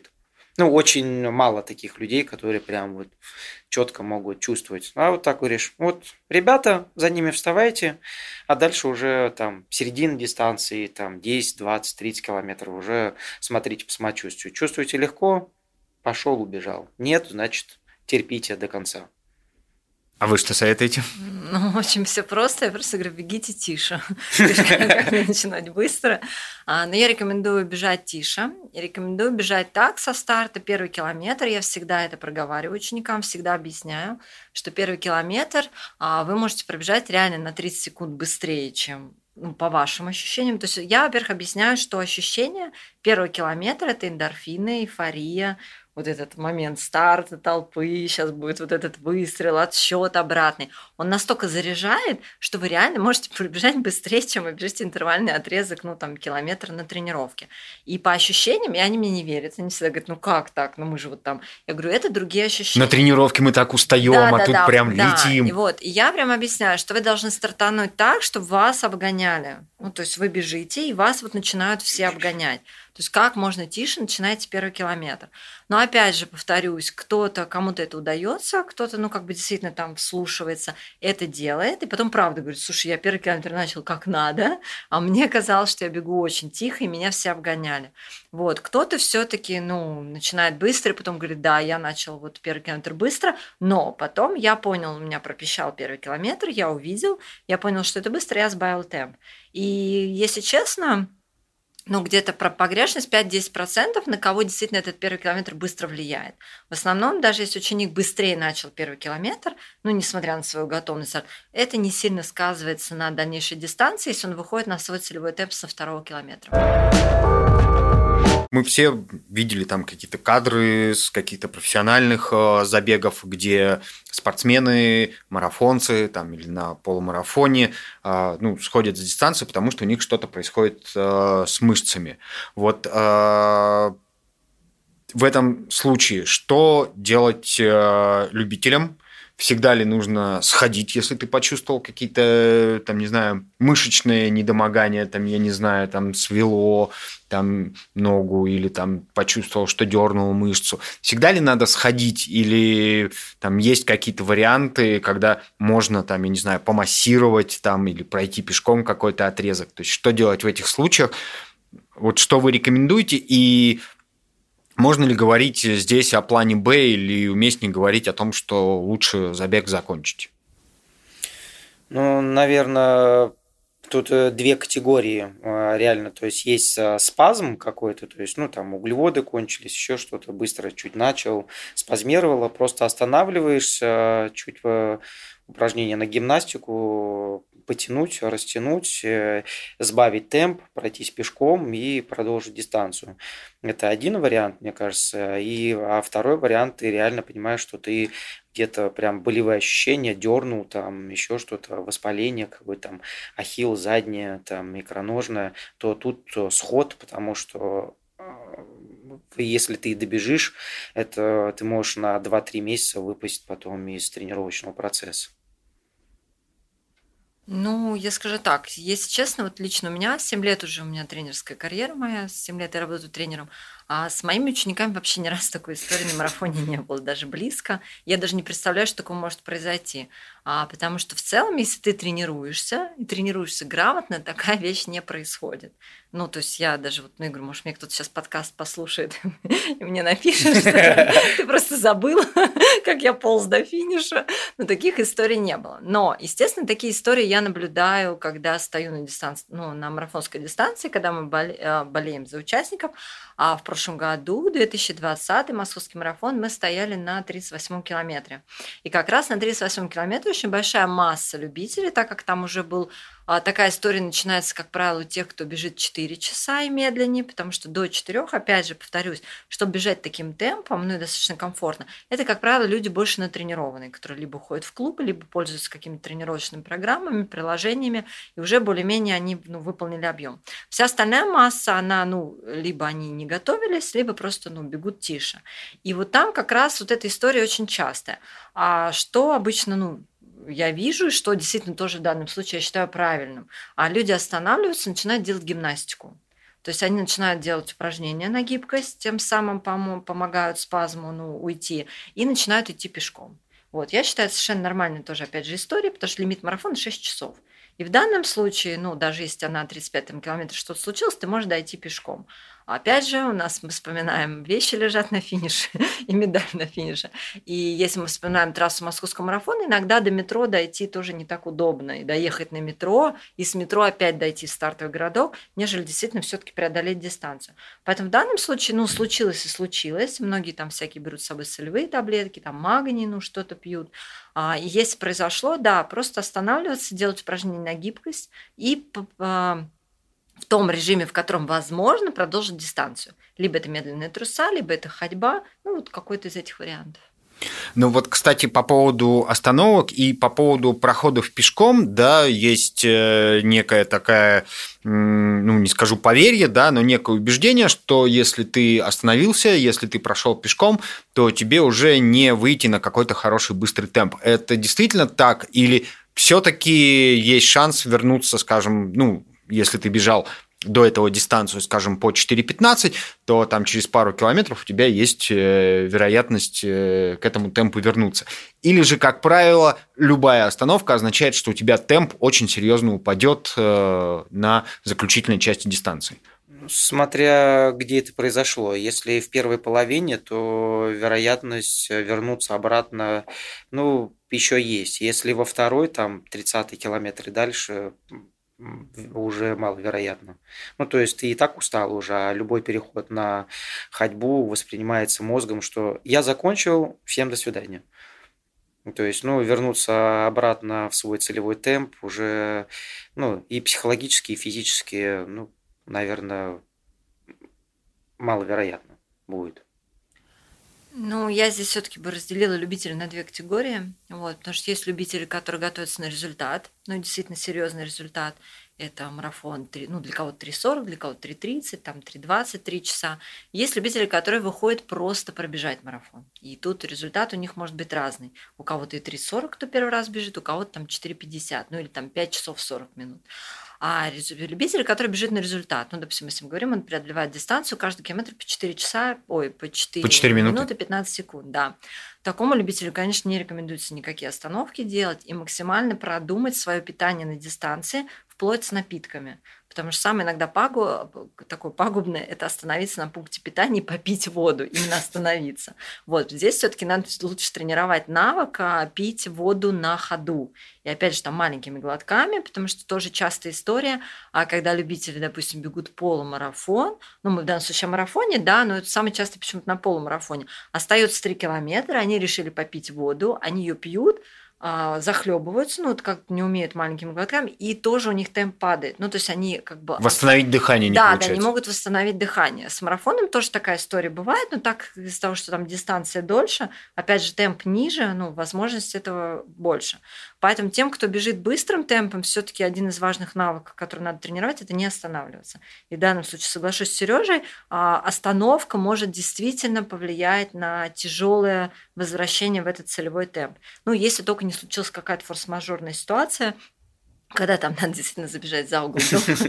Ну, очень мало таких людей, которые прям вот четко могут чувствовать. А вот так говоришь, вот, ребята, за ними вставайте, а дальше уже там середина дистанции, там десять, двадцать, тридцать километров, уже смотрите по самочувствию. Чувствуете легко? Пошел, убежал. Нет, значит, терпите до конца. А вы что советуете? Ну, очень все просто. Я просто говорю, бегите тише. Как мне начинать быстро. А, Но я рекомендую бежать тише. Я рекомендую бежать так со старта. Первый километр. Я всегда это проговариваю ученикам, всегда объясняю, что первый километр а, вы можете пробежать реально на тридцать секунд быстрее, чем ну, по вашим ощущениям. То есть я, во-первых, объясняю, что ощущение первого километра – это эндорфины, эйфория, вот этот момент старта толпы, сейчас будет вот этот выстрел, отсчет обратный. Он настолько заряжает, что вы реально можете пробежать быстрее, чем вы бежите интервальный отрезок, ну, там, километр на тренировке. И по ощущениям, и они мне не верят. Они всегда говорят, ну, как так? Ну, мы же вот там... Я говорю, это другие ощущения. На тренировке мы так устаем, Да, а да, тут да, прям да. летим. И вот, и я прям объясняю, что вы должны стартануть так, чтобы вас обгоняли. Ну, то есть вы бежите, и вас вот начинают все обгонять. То есть как можно тише начинаете первый километр. Но опять же, повторюсь, кто-то, кому-то это удается, кто-то, ну, как бы действительно там вслушивается, это делает, и потом правда говорит, слушай, я первый километр начал как надо, а мне казалось, что я бегу очень тихо, и меня все обгоняли. Вот, кто-то все-таки, ну, начинает быстро, и потом говорит, да, я начал вот первый километр быстро, но потом я понял, у меня пропищал первый километр, я увидел, я понял, что это быстро, я сбавил темп. И если честно, ну, где-то про погрешность пять-десять процентов, на кого действительно этот первый километр быстро влияет. В основном, даже если ученик быстрее начал первый километр, ну, несмотря на свою готовность, это не сильно сказывается на дальнейшей дистанции, если он выходит на свой целевой темп со второго километра. Мы все видели там какие-то кадры с каких-то профессиональных э, забегов, где спортсмены, марафонцы там, или на полумарафоне э, ну, сходят с дистанции, потому что у них что-то происходит э, с мышцами. Вот э, в этом случае что делать э, любителям? Всегда ли нужно сходить, если ты почувствовал какие-то, там, не знаю, мышечные недомогания, там, я не знаю, там, свело там, ногу или там почувствовал, что дернул мышцу. Всегда ли надо сходить или там есть какие-то варианты, когда можно, там, я не знаю, помассировать там, или пройти пешком какой-то отрезок? То есть что делать в этих случаях? Вот что вы рекомендуете и можно ли говорить здесь о плане Б или уместнее говорить о том, что лучше забег закончить? Ну, наверное, тут две категории реально. То есть есть спазм какой-то, то есть, ну, там углеводы кончились, еще что-то, быстро чуть начал, спазмировало, просто останавливаешься, чуть упражнение на гимнастику, потянуть, растянуть, сбавить темп, пройтись пешком и продолжить дистанцию. Это один вариант, мне кажется. И, а второй вариант, ты реально понимаешь, что ты где-то прям болевые ощущения, дернул, там еще что-то, воспаление, какой-то там ахилл, заднее, там икроножное, то тут сход, потому что если ты добежишь, это ты можешь на два-три месяца выпасть потом из тренировочного процесса. Ну, я скажу так, если честно, вот лично у меня семь лет уже у меня тренерская карьера моя, семь лет я работаю тренером, а с моими учениками вообще ни разу такой истории на марафоне не было, даже близко. Я даже не представляю, что такое может произойти. А, потому что в целом, если ты тренируешься, и тренируешься грамотно, такая вещь не происходит. Ну, то есть я даже, вот, ну, я говорю, может, мне кто-то сейчас подкаст послушает и мне напишет, что ты просто забыл, как я полз до финиша. Но таких историй не было. Но, естественно, такие истории я наблюдаю, когда стою на дистанции, ну, на марафонской дистанции, когда мы болеем за участников. А в прошлом году, две тысячи двадцатый московский марафон, мы стояли на тридцать восьмом километре. И как раз на тридцать восьмом километре очень большая масса любителей, так как там уже был а, такая история начинается, как правило, у тех, кто бежит четыре часа и медленнее, потому что до четырёх, опять же, повторюсь, чтобы бежать таким темпом, ну и достаточно комфортно, это, как правило, люди больше натренированные, которые либо ходят в клубы, либо пользуются какими-то тренировочными программами, приложениями, и уже более-менее они ну, выполнили объем. Вся остальная масса, она, ну, либо они не готовились, либо просто ну, бегут тише. И вот там как раз вот эта история очень частая. А что обычно, ну, я вижу, и что действительно тоже в данном случае я считаю правильным. А люди останавливаются, начинают делать гимнастику. То есть они начинают делать упражнения на гибкость, тем самым пом- помогают спазму ну, уйти, и начинают идти пешком. Вот. Я считаю, это совершенно нормальная тоже, опять же, история, потому что лимит марафона шесть часов. И в данном случае, ну, даже если на тридцать пятом километре что-то случилось, ты можешь дойти пешком. Опять же, у нас мы вспоминаем, вещи лежат на финише и медаль на финише. И если мы вспоминаем трассу московского марафона, иногда до метро дойти тоже не так удобно. И доехать на метро, и с метро опять дойти в стартовый городок, нежели действительно все-таки преодолеть дистанцию. Поэтому в данном случае, ну, случилось и случилось. Многие там всякие берут с собой солевые таблетки, там магний, ну, что-то пьют. А, и если произошло, да, просто останавливаться, делать упражнения на гибкость и в том режиме, в котором возможно продолжить дистанцию. Либо это медленная труса, либо это ходьба, ну вот какой-то из этих вариантов. Ну вот, кстати, по поводу остановок и по поводу проходов пешком, да, есть некая такая, ну не скажу поверье, да, но некое убеждение, что если ты остановился, если ты прошел пешком, то тебе уже не выйти на какой-то хороший быстрый темп. Это действительно так? Или все-таки есть шанс вернуться, скажем, ну, если ты бежал до этого дистанцию, скажем, по четыре пятнадцать, то там через пару километров у тебя есть вероятность к этому темпу вернуться. Или же, как правило, любая остановка означает, что у тебя темп очень серьезно упадет на заключительной части дистанции. Смотря где это произошло. Если в первой половине, то вероятность вернуться обратно, ну, еще есть. Если во второй, там, тридцатый километр и дальше, уже маловероятно. Ну, то есть ты и так устал уже, а любой переход на ходьбу воспринимается мозгом, что я закончил, всем до свидания. То есть, ну, вернуться обратно в свой целевой темп уже, ну, и психологически, и физически, ну, наверное, маловероятно будет. Ну, я здесь все-таки бы разделила любителей на две категории. Вот, потому что есть любители, которые готовятся на результат, ну, действительно серьезный результат. Это марафон, ну, для кого-то три сорок, для кого-то три тридцать, там три двадцать, три часа. Есть любители, которые выходят просто пробежать марафон. И тут результат у них может быть разный. У кого-то и три сорок, кто первый раз бежит, у кого-то там четыре пятьдесят, ну, или там пять часов сорок минут. А любитель, который бежит на результат, ну, допустим, если мы говорим, он преодолевает дистанцию, каждый километр по четыре часа, ой, по четыре, по четыре минуты. минуты пятнадцать секунд, да. Такому любителю, конечно, не рекомендуется никакие остановки делать и максимально продумать свое питание на дистанции, вплоть с напитками. Потому что самое иногда пагу, такое пагубное – это остановиться на пункте питания и попить воду, именно остановиться. Вот здесь все-таки надо лучше тренировать навык а, пить воду на ходу. И опять же, там маленькими глотками, потому что тоже частая история, а когда любители, допустим, бегут полумарафон, ну, мы в данном случае о марафоне, да, но это самое часто почему-то на полумарафоне, остается три километра, они решили попить воду, они ее пьют, захлебываются, ну, вот как не умеют маленькими глотками, и тоже у них темп падает. Ну, то есть они как бы... Восстановить дыхание не да, получается. Да, не могут восстановить дыхание. С марафоном тоже такая история бывает, но так из-за того, что там дистанция дольше, опять же, темп ниже, ну, возможность этого больше. Поэтому тем, кто бежит быстрым темпом, все-таки один из важных навыков, который надо тренировать, это не останавливаться. И в данном случае, соглашусь с Сережей, остановка может действительно повлиять на тяжелое возвращение в этот целевой темп. Ну, если только не случилась какая-то форс-мажорная ситуация, когда там надо действительно забежать за угол,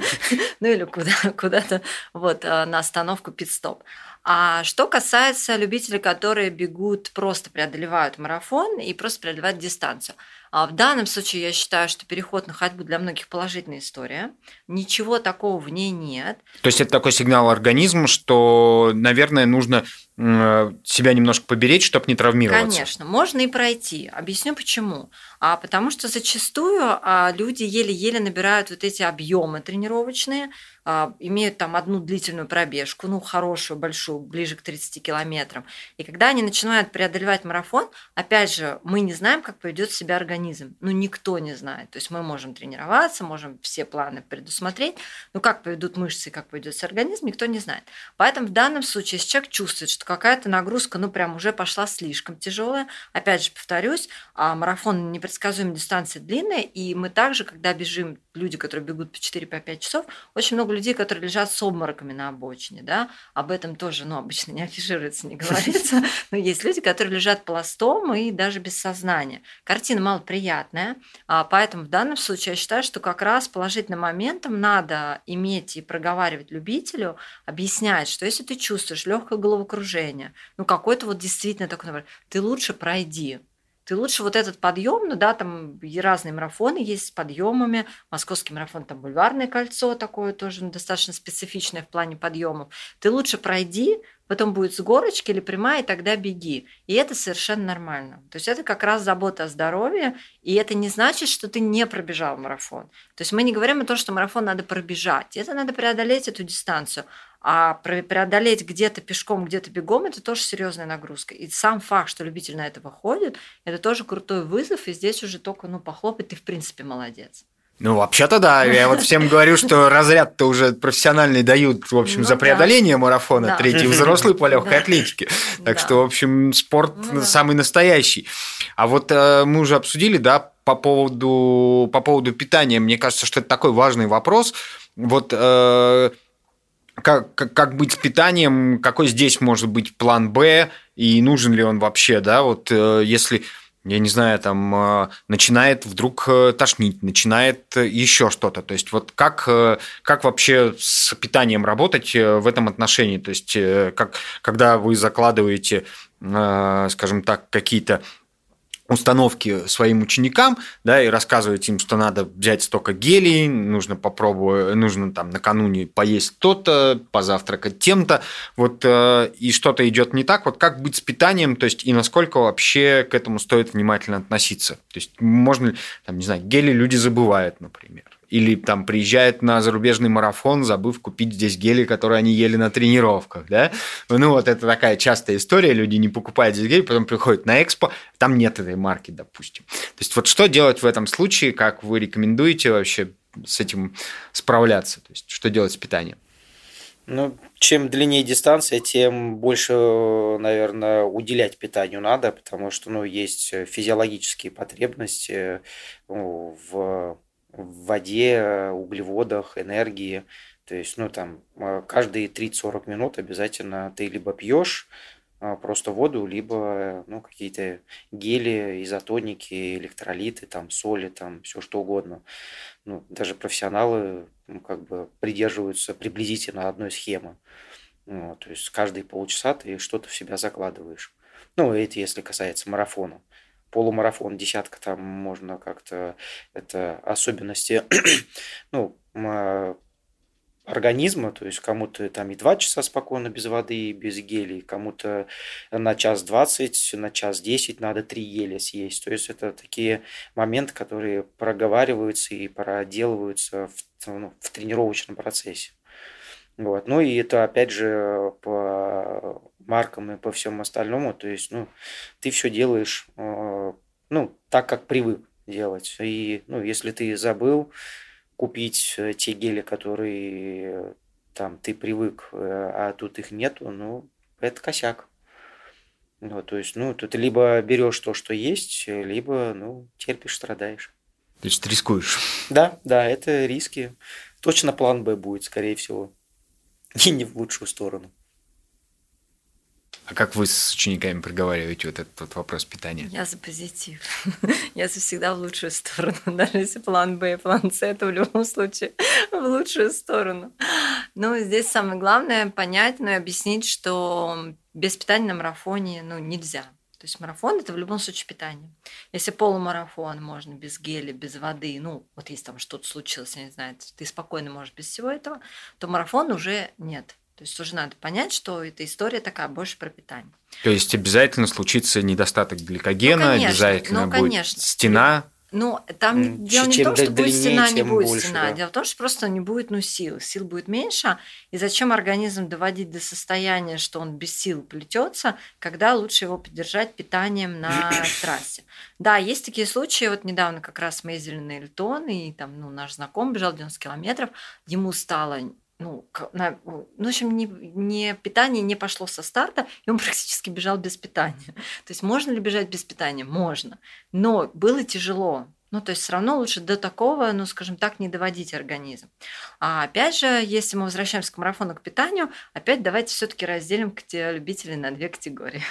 ну или куда-то вот на остановку пит-стоп. А что касается любителей, которые бегут, просто преодолевают марафон и просто преодолевают дистанцию. В данном случае я считаю, что переход на ходьбу для многих положительная история. Ничего такого в ней нет. То есть это такой сигнал организму, что, наверное, нужно себя немножко поберечь, чтобы не травмироваться. Конечно, можно и пройти. Объясню почему. А потому что зачастую а, люди еле-еле набирают вот эти объемы тренировочные, а, имеют там одну длительную пробежку, ну, хорошую, большую, ближе к тридцати километрам. И когда они начинают преодолевать марафон, опять же, мы не знаем, как поведет себя организм. Ну, никто не знает. То есть мы можем тренироваться, можем все планы предусмотреть, но как поведут мышцы и как поведет себя организм, никто не знает. Поэтому в данном случае, если человек чувствует, что какая-то нагрузка, ну, прям уже пошла слишком тяжелая, опять же, повторюсь, марафон непредсказуемая, дистанция длинная, и мы также, когда бежим люди, которые бегут по четыре-пять часов, очень много людей, которые лежат с обмороками на обочине, да, об этом тоже, ну, обычно не афишируется, не говорится, но есть люди, которые лежат пластом и даже без сознания. Картина малоприятная, поэтому в данном случае я считаю, что как раз положительным моментом надо иметь и проговаривать любителю, объяснять, что если ты чувствуешь легкое головокружение, ну, какой-то вот действительно такой, например, ты лучше пройди. Ты лучше вот этот подъем, ну да, там и разные марафоны есть с подъемами. Московский марафон, там Бульварное кольцо такое тоже, ну, достаточно специфичное в плане подъемов. Ты лучше пройди, потом будет с горочки или прямая, и тогда беги. И это совершенно нормально. То есть это как раз забота о здоровье, и это не значит, что ты не пробежал марафон. То есть мы не говорим о том, что марафон надо пробежать. Это надо преодолеть эту дистанцию. А преодолеть где-то пешком, где-то бегом – это тоже серьезная нагрузка. И сам факт, что любитель на это выходит, это тоже крутой вызов, и здесь уже только ну, похлопать, ты в принципе молодец. Ну, вообще-то да. Я вот всем говорю, что разряд-то уже профессиональный дают, в общем, ну, за преодоление да. марафона, да. третий взрослый по легкой да. атлетике. Так да. что, в общем, спорт ну, самый да. настоящий. А вот э, мы уже обсудили, да, по поводу, по поводу питания. Мне кажется, что это такой важный вопрос. Вот э, как, как, как быть с питанием, какой здесь может быть план Б, и нужен ли он вообще, да, вот э, если... я не знаю, там начинает вдруг тошнить, начинает еще что-то. То есть вот как, как вообще с питанием работать в этом отношении? То есть как, когда вы закладываете, скажем так, какие-то установки своим ученикам, да, и рассказываете им, что надо взять столько гелей, нужно попробовать, нужно там накануне поесть то-то, позавтракать тем-то, вот, и что-то идет не так, вот как быть с питанием, то есть и насколько вообще к этому стоит внимательно относиться, то есть можно ли, там, не знаю, гели люди забывают, например, или там приезжают на зарубежный марафон, забыв купить здесь гели, которые они ели на тренировках, да? Ну, вот это такая частая история, люди не покупают здесь гели, потом приходят на экспо, там нет этой марки, допустим. То есть вот что делать в этом случае, как вы рекомендуете вообще с этим справляться? То есть что делать с питанием? Ну, чем длиннее дистанция, тем больше, наверное, уделять питанию надо, потому что, ну, есть физиологические потребности ну, в... в воде, углеводах, энергии. То есть, ну, там, каждые тридцать-сорок минут обязательно ты либо пьешь просто воду, либо, ну, какие-то гели, изотоники, электролиты, там, соли, там, все что угодно. Ну, даже профессионалы, ну, как бы придерживаются приблизительно одной схемы. Ну, то есть, каждые полчаса ты что-то в себя закладываешь. Ну, это если касается марафона. Полумарафон, десятка, там можно как-то, это особенности ну, организма, то есть кому-то там и два часа спокойно без воды, без гелей, кому-то на час двадцать, на час десять надо три геля съесть. То есть это такие моменты, которые проговариваются и проделываются в, ну, в тренировочном процессе. Вот. Ну и это опять же по маркам и по всему остальному, то есть, ну, ты все делаешь, э, ну, так, как привык делать. И, ну, если ты забыл купить те гели, которые там ты привык, а тут их нету, ну, это косяк. Вот, то есть, ну, тут либо берешь то, что есть, либо, ну, терпишь, страдаешь. То есть рискуешь. Да, да, это риски. Точно план Б будет, скорее всего. И не в лучшую сторону. А как вы с учениками проговариваете вот этот вот вопрос питания? Я за позитив. Я за всегда в лучшую сторону. Даже если план Б и план С, то в любом случае в лучшую сторону. Но здесь самое главное понять, ну и объяснить, что без питания на марафоне ну, нельзя. То есть марафон – это в любом случае питание. Если полумарафон можно без геля, без воды, ну, вот если там что-то случилось, я не знаю, ты спокойно можешь без всего этого, то марафон уже нет. То есть уже надо понять, что эта история такая больше про питание. То есть обязательно случится недостаток гликогена, ну, конечно, обязательно ну, будет стена. Ну, там mm, дело не в том, что будет стена, не будет больше, стена. Да. Дело в том, что просто не будет ну, сил. Сил будет меньше. И зачем организм доводить до состояния, что он без сил плетется, когда лучше его поддержать питанием на трассе. Да, есть такие случаи. Вот недавно как раз мы ездили на Эльтон, и там ну, наш знакомый бежал девяносто километров, ему стало... Ну, на, ну, в общем, не, не, питание не пошло со старта, и он практически бежал без питания. То есть можно ли бежать без питания? Можно. Но было тяжело. Ну, то есть все равно лучше до такого, ну, скажем так, не доводить организм. А опять же, если мы возвращаемся к марафону, к питанию, опять давайте все-таки разделим любителей на две категории.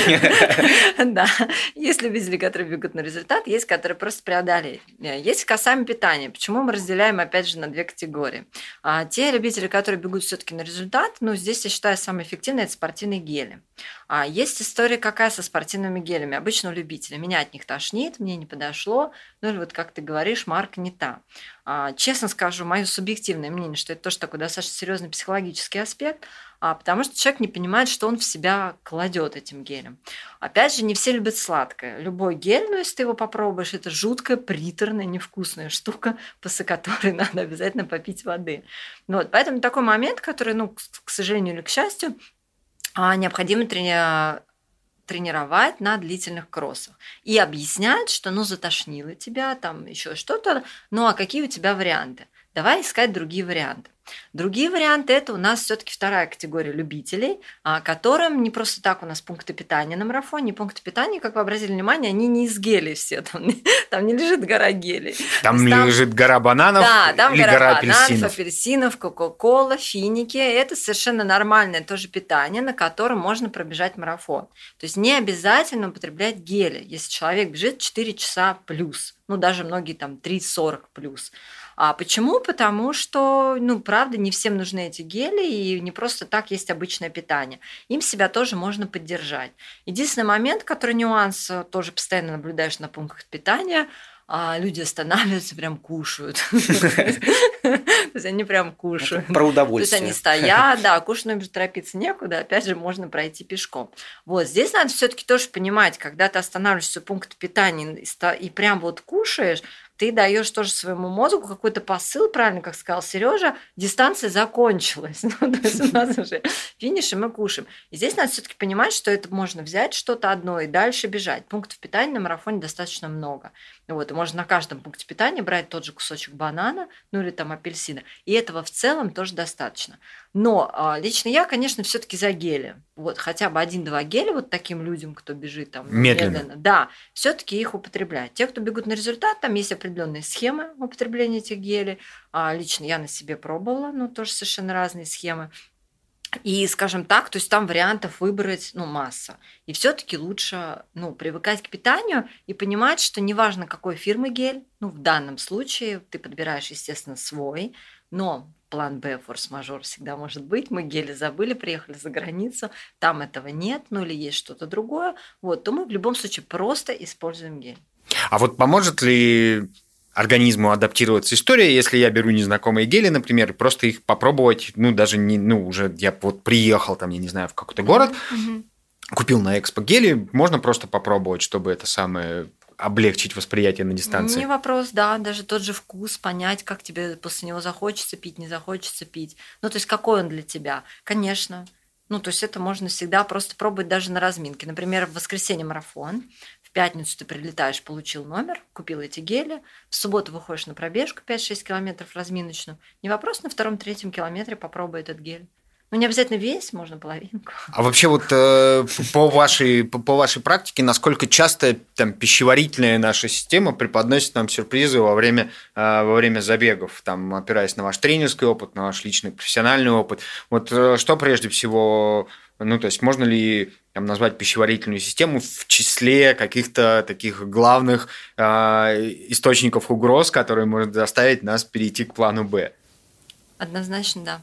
Да, есть любители, которые бегут на результат, есть, которые просто преодолели. Есть касаемо питания. Почему мы разделяем, опять же, на две категории? Те любители, которые бегут все-таки на результат, ну, здесь, я считаю, самое эффективное – это спортивные гели. А есть история какая со спортивными гелями. Обычно у любителей. Меня от них тошнит, мне не подошло. Ну, или вот как ты говоришь, марка не та. А, честно скажу, мое субъективное мнение, что это тоже такой достаточно серьезный психологический аспект, а, потому что человек не понимает, что он в себя кладет этим гелем. Опять же, не все любят сладкое. Любой гель, ну, если ты его попробуешь, это жуткая, приторная, невкусная штука, после которой надо обязательно попить воды. Вот, поэтому такой момент, который, ну, к сожалению или к счастью, необходимо тренировать тренировать на длительных кроссах и объяснять, что ну затошнило тебя, там еще что-то, ну а какие у тебя варианты? Давай искать другие варианты. Другие варианты – это у нас все-таки вторая категория любителей, которым не просто так у нас пункты питания на марафоне. Пункты питания, как вы обратили внимание, они не из гелей все, там, там не лежит гора гелей. Там не там, лежит гора бананов да, там или гора, гора бананов, апельсинов. апельсинов, кока-кола, финики. Это совершенно нормальное тоже питание, на котором можно пробежать марафон. То есть не обязательно употреблять гели, если человек бежит четыре часа плюс, ну даже многие там три сорок плюс. А почему? Потому что, ну, правда, не всем нужны эти гели, и не просто так есть обычное питание. Им себя тоже можно поддержать. Единственный момент, который нюанс, тоже постоянно наблюдаешь на пунктах питания, люди останавливаются, прям кушают. То есть они прям кушают. Про удовольствие. То есть они стоят, да, кушать, но им же торопиться некуда, опять же, можно пройти пешком. Вот, здесь надо все-таки тоже понимать, когда ты останавливаешься в пункте питания и прям вот кушаешь, ты даешь тоже своему мозгу какой-то посыл, правильно, как сказал Сережа, дистанция закончилась. Ну, то есть у нас уже финиш, и мы кушаем. И здесь надо все-таки понимать, что это можно взять что-то одно и дальше бежать. Пунктов питания на марафоне достаточно много. Вот, и можно на каждом пункте питания брать тот же кусочек банана, ну или там апельсина. И этого в целом тоже достаточно. Но а, лично я, конечно, все-таки за гели. Вот, хотя бы один-два геля вот таким людям, кто бежит там медленно. медленно. Да, все-таки их употреблять. Те, кто бегут на результат, там есть определенные схемы употребления этих гелей. А, лично я на себе пробовала, но тоже совершенно разные схемы. И, скажем так, то есть там вариантов выбрать, ну, масса. И все-таки лучше, ну, привыкать к питанию и понимать, что неважно, какой фирмы гель, ну, в данном случае ты подбираешь, естественно, свой, но план Б, форс-мажор всегда может быть. Мы гели забыли, приехали за границу, там этого нет, ну, или есть что-то другое, вот, то мы в любом случае просто используем гель. А вот поможет ли организму адаптироваться история, если я беру незнакомые гели, например, и просто их попробовать, ну, даже не, ну, уже я вот приехал там, я не знаю, в какой-то город, mm-hmm. купил на экспо гели, можно просто попробовать, чтобы это самое облегчить восприятие на дистанции? Не вопрос, да, даже тот же вкус, понять, как тебе после него захочется пить, не захочется пить, ну, то есть какой он для тебя, конечно. Ну, то есть это можно всегда просто пробовать даже на разминке. Например, в воскресенье марафон, в пятницу ты прилетаешь, получил номер, купил эти гели, в субботу выходишь на пробежку пять-шесть километров разминочную. Не вопрос, на втором-третьем километре попробуй этот гель. Ну, не обязательно весь, можно половинку. А вообще вот э, по, вашей, по, по вашей практике, насколько часто там, пищеварительная наша система преподносит нам сюрпризы во время, э, во время забегов, там, опираясь на ваш тренерский опыт, на ваш личный профессиональный опыт? Вот э, что прежде всего, ну, то есть можно ли там, назвать пищеварительную систему в числе каких-то таких главных э, источников угроз, которые может заставить нас перейти к плану Б? Однозначно, да.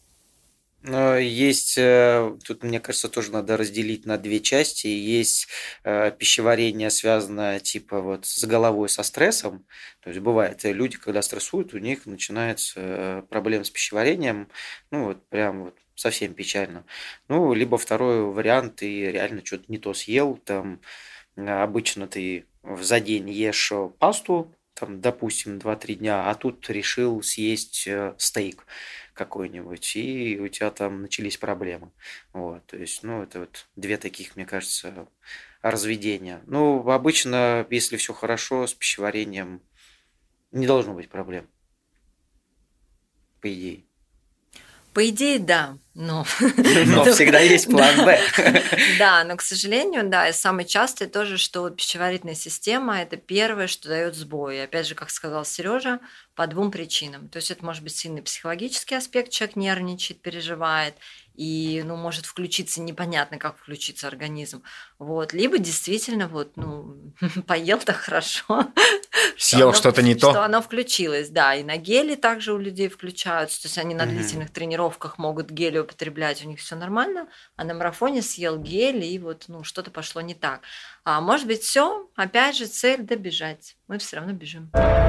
Есть, тут, мне кажется, тоже надо разделить на две части. Есть пищеварение, связанное типа вот с головой, со стрессом. То есть бывает, люди, когда стрессуют, у них начинаются проблемы с пищеварением, ну вот прям вот совсем печально. Ну, либо второй вариант, ты реально что-то не то съел, там обычно ты за день ешь пасту, там, допустим, два-три дня, а тут решил съесть стейк какой-нибудь, и у тебя там начались проблемы. Вот, то есть, ну, это вот две таких, мне кажется, разведения. Ну, обычно, если все хорошо с пищеварением, не должно быть проблем, по идее. По идее, да, но... Но всегда есть план Б. Да, но, к сожалению, да, и самое частое тоже, что пищеварительная система – это первое, что дает сбой. И опять же, как сказал Сережа, по двум причинам. То есть это может быть сильный психологический аспект, человек нервничает, переживает, и, ну, может включиться непонятно, как включится организм. Вот. Либо действительно, вот, ну, поел так хорошо, Съел что что-то оно, не то. что оно включилось, да. И на гели также у людей включаются. То есть они на Мгм. длительных тренировках могут гели употреблять, у них все нормально, а на марафоне съел гель, и вот, ну, что-то пошло не так. А может быть, все, опять же, цель добежать. Мы все равно бежим.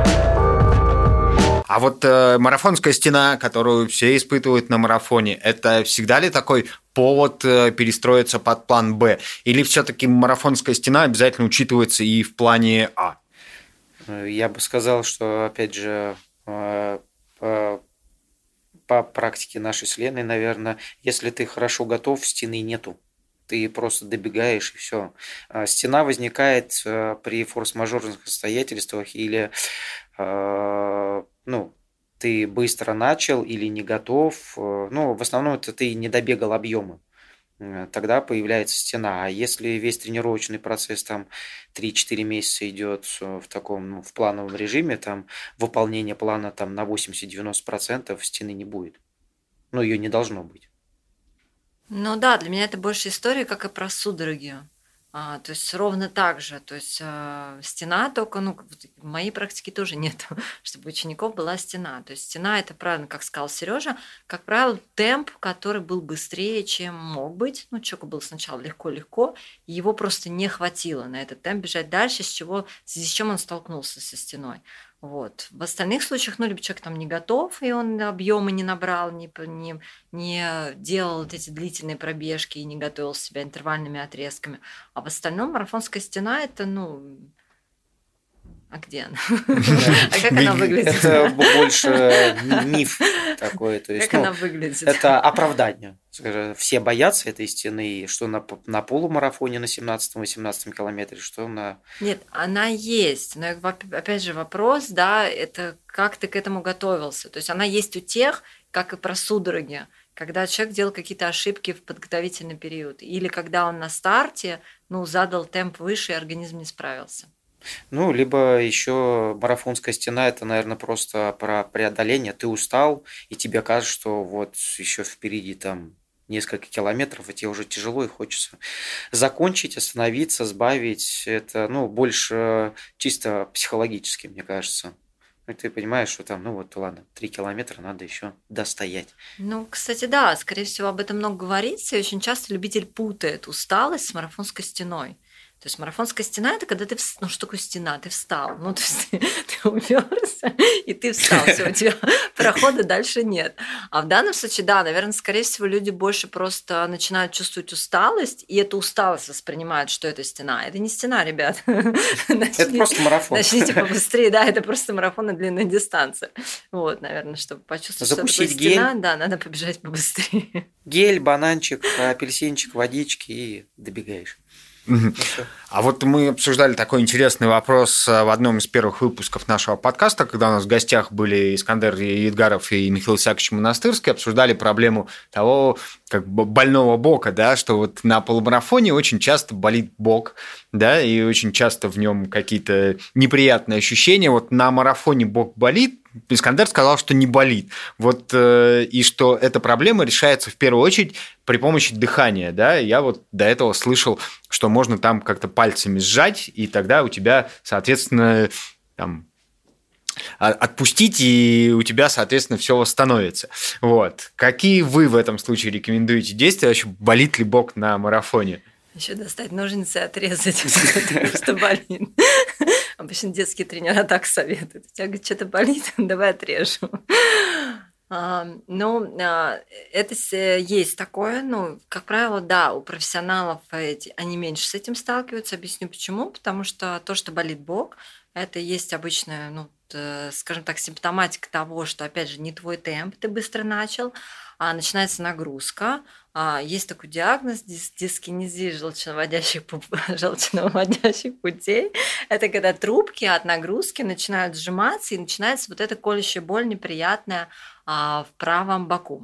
А вот э, марафонская стена, которую все испытывают на марафоне, это всегда ли такой повод э, перестроиться под план Б? Или все-таки марафонская стена обязательно учитывается и в плане А? Я бы сказал, что, опять же, э, по, по практике нашей с Леной, наверное, если ты хорошо готов, стены нету. Ты просто добегаешь и все. Стена возникает э, при форс-мажорных обстоятельствах или э, ну, ты быстро начал или не готов. э, Ну, в основном это ты не добегал объемы. Э, Тогда появляется стена. А если весь тренировочный процесс там три-четыре месяца идет в таком, ну, в плановом режиме, там выполнение плана там на восемьдесят-девяносто процентов стены не будет. Ну, ее не должно быть. Ну да, для меня это больше история, как и про судороги. А, то есть ровно так же. То есть э, стена только, ну, вот в моей практике тоже нет, чтобы у учеников была стена. То есть стена это правильно, как сказал Сережа, как правило, темп, который был быстрее, чем мог быть. Ну, человеку было сначала легко-легко, и его просто не хватило на этот темп бежать дальше, с чего, в связи с чем он столкнулся со стеной. Вот. В остальных случаях, ну, либо человек там не готов, и он объемы не набрал, не, п- не, не делал вот эти длительные пробежки и не готовил себя интервальными отрезками. А в остальном марафонская стена это, ну, а где она? А как она выглядит? Это больше миф такой. То есть, Как она ну, выглядит? это оправдание. Скажем, все боятся этой стены, что на, п- на полумарафоне на семнадцатом-восемнадцатом километре, что на... Нет, она есть, но воп- опять же вопрос, да, это как ты к этому готовился. То есть она есть у тех, как и про судороги, когда человек делал какие-то ошибки в подготовительный период, или когда он на старте, ну, задал темп выше, и организм не справился. Ну, либо еще марафонская стена, это, наверное, просто про преодоление. Ты устал, и тебе кажется, что вот еще впереди там несколько километров, и тебе уже тяжело, и хочется закончить, остановиться, сбавить. Это, ну, больше чисто психологически, мне кажется. И ты понимаешь, что там, ну вот, ладно, три километра надо еще достоять. Ну, кстати, да, скорее всего, об этом много говорится, и очень часто любитель путает усталость с марафонской стеной. То есть марафонская стена – это когда ты… вс- Ну, что такое стена? Ты встал. Ну, то есть ты, ты уперся, и ты встал. Все, у тебя прохода дальше нет. А в данном случае, да, наверное, скорее всего, люди больше просто начинают чувствовать усталость, и эту усталость воспринимают, что это стена. Это не стена, ребят. Это просто марафон. Начните побыстрее, да, это просто марафон на длинной дистанции. Вот, наверное, чтобы почувствовать, что Запустить такое стена, гель. да, надо побежать побыстрее. Гель, бананчик, апельсинчик, водички и добегаешь. Мгм. Ну всё. А вот мы обсуждали такой интересный вопрос э, в одном из первых выпусков нашего подкаста, когда у нас в гостях были Искандер Едгаров и Михаил Исаакович Монастырский, обсуждали проблему того, как бы больного бока, да, что вот на полумарафоне очень часто болит бок, да, и очень часто в нем какие-то неприятные ощущения. Вот на марафоне бок болит, Искандер сказал, что не болит. Вот, э, и что эта проблема решается в первую очередь при помощи дыхания, да. Я вот до этого слышал, что можно там как-то пальцами сжать, и тогда у тебя, соответственно, там а- отпустить, и у тебя, соответственно, все восстановится. Вот. Какие вы в этом случае рекомендуете действия? Вообще, болит ли бок на марафоне? Еще достать ножницы и отрезать, потому что болит. Обычно детские тренера так советуют. У тебя, говорит, что-то болит, давай отрежу. А, Ну, а, это с- есть такое, ну, как правило, да, у профессионалов эти, они меньше с этим сталкиваются. Объясню почему. Потому что то, что болит бок, это есть обычная, ну, т- скажем так, симптоматика того, что, опять же, не твой темп, ты быстро начал, а начинается нагрузка. А, Есть такой диагноз дис- дискинезия желчноводящих, пу- желчноводящих путей. Это когда трубки от нагрузки начинают сжиматься, и начинается вот эта колющая боль неприятная а, в правом боку.